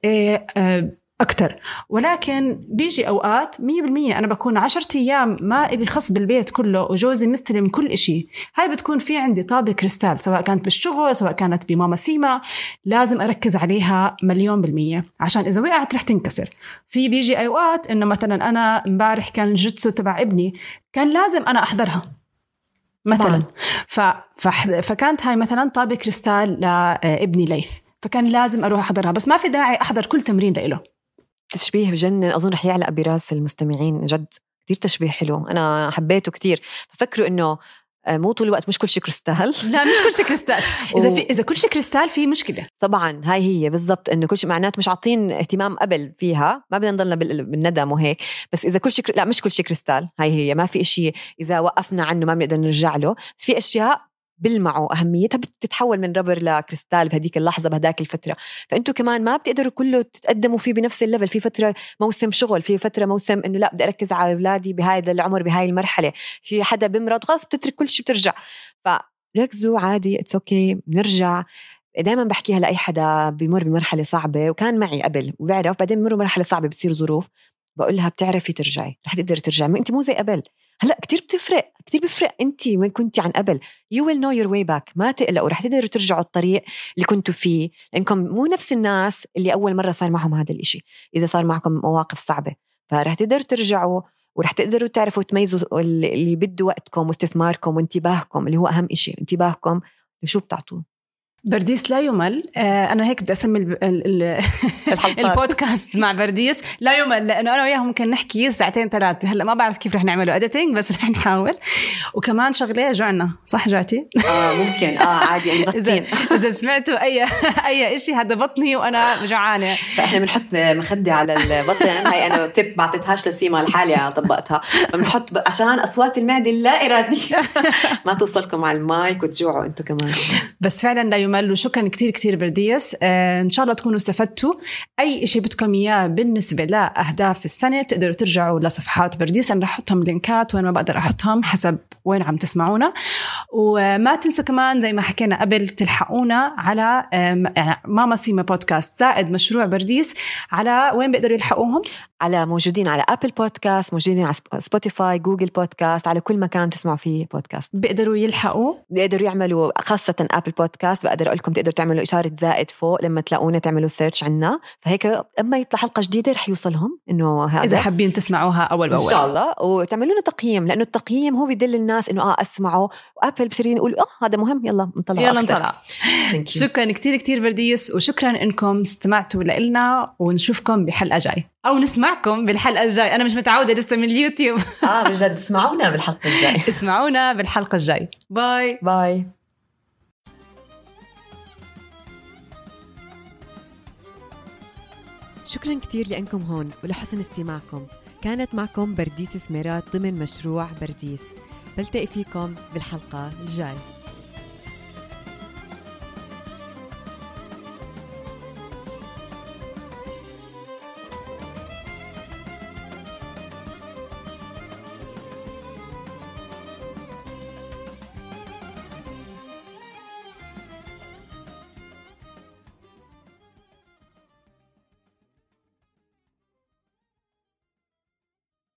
S2: أكتر. ولكن بيجي أوقات مية بالمية أنا بكون عشرة أيام ما إلي خص بالبيت كله وجوزي مستلم كل إشي. هاي بتكون في عندي طابة كريستال، سواء كانت بالشغل سواء كانت بماما سيما، لازم أركز عليها مليون بالمية عشان إذا وقعت رح تنكسر. في بيجي أوقات إنه مثلا أنا مبارح كان الجتسو تبع ابني كان لازم أنا أحضرها مثلا، ف... فكانت هاي مثلا طابة كريستال لابني ليث، فكان لازم أروح أحضرها. بس ما في داعي أحضر كل تمرين لإله.
S1: تشبيه بجنن، أظن رح يعلق براس المستمعين، جد كتير تشبيه حلو، أنا حبيته كتير. ففكروا إنه مو طول الوقت مش كل شيء كريستال.
S2: لا مش كل شيء كريستال. إذا في إذا كل شيء كريستال في مشكلة
S1: طبعا. هاي هي بالضبط، إنه كل شيء معناته مش عاطين اهتمام قبل فيها، ما بدنا نضلنا بالندم وهيك. بس إذا كل شيء، لا مش كل شيء كريستال، هاي هي ما في إشي إذا وقفنا عنه ما بنقدر نرجع له. بس في أشياء بالمعه أهميتها بتتحول من ربر لكريستال بهديك اللحظة بهداك الفترة. فأنتوا كمان ما بتقدروا كله تتقدموا فيه بنفس الليفل. في فترة موسم شغل، في فترة موسم إنه لا بدي أركز على أولادي بهذا العمر بهاي المرحلة، في حدا بمرض خلاص بتترك كل شيء بترجع. فركزوا عادي، اتس اوكي، نرجع. دائما بحكيها لأي حدا بيمر بمرحلة صعبة، وكان معي قبل وبعرف، بعدين بمر بمرحلة صعبة بتصير ظروف، بقولها بتعرفي ترجعي، رح تقدر ترجعي، ما انت مو زي قبل. هلا كتير بتفرق، كتير بفرق انت وين كنتي عن قبل. you will know your way back، ما تقلقوا، رح تقدروا ترجعوا الطريق اللي كنتوا فيه، لانكم مو نفس الناس اللي اول مره صار معهم هذا الاشي. اذا صار معكم مواقف صعبه فرح تقدروا ترجعوا، ورح تقدروا تعرفوا تميزوا اللي بده وقتكم واستثماركم وانتباهكم، اللي هو اهم اشي، انتباهكم لشو بتعطوه.
S2: برديس لا يمل. آه أنا هيك بدي أسمي ال ال البودكاست مع برديس لا يمل، لأنه أنا وياهم ممكن نحكي ساعتين ثلاثة. هلأ ما بعرف كيف رح نعمله editing، بس رح نحاول. وكمان شغلة جوعنا، صح جوعتي؟
S1: آه ممكن آه عادي يعني
S2: إذا, إذا سمعتوا أي أي إشي هذا بطني وأنا جوعانة.
S1: فإحنا بنحط مخدة على البطن. هاي أنا تip بعطيتهاش لسيما لحالي، طبقتها. بنحط عشان أصوات المعدة اللا إرادية ما توصلكم على المايك وتجوعوا أنتوا كمان.
S2: بس فعلا لا يمل. وشكرا كتير كتير برديس. آه إن شاء الله تكونوا استفدتوا. أي إشي بدكم إياه بالنسبة لأهداف السنة بتقدروا ترجعوا لصفحات برديس، أنا رح أحطهم لينكات وين ما بقدر أحطهم حسب وين عم تسمعونا. وما تنسوا كمان زي ما حكينا قبل تلحقونا على يعني ماما سيما بودكاست زائد مشروع برديس. على وين بيقدروا يلحقوهم؟
S1: على موجودين على أبل بودكاست، موجودين على سبوتيفاي، جوجل بودكاست، على كل مكان تسمعوا فيه بودكاست
S2: بيقدروا يلحقوا.
S1: بيقدروا يعملوا خاصة أبل بودكاست، بقدر أقول لكم تقدروا تعملوا إشارة زائد فوق لما تلاقونا، تعملوا سيرش عنا، فهيك أما يطلع حلقة جديدة رح يوصلهم إنه هذا،
S2: إذا حابين تسمعوها أول بأول
S1: إن شاء الله. وتعملوا لنا تقييم، لأنه التقييم هو بيدل الناس إنه آه أسمعوا، وأبل بصيرين يقولوا آه هذا مهم، يلا نطلع
S2: يلا نطلع. شكرا كتير كتير برديس، وشكرا إنكم استمعتوا لنا، ونشوفكم بحلقة جاي أو نسمعكم بالحلقة الجاي. أنا مش متعودة لسه من اليوتيوب.
S1: آه بجد اسمعونا بالحلقة الجاي.
S2: اسمعونا بالحلقة الجاي. باي
S1: باي. شكرا كتير لأنكم هون ولحسن استماعكم. كانت معكم برديس سميرات ضمن مشروع برديس. بلتقي فيكم بالحلقة الجاي.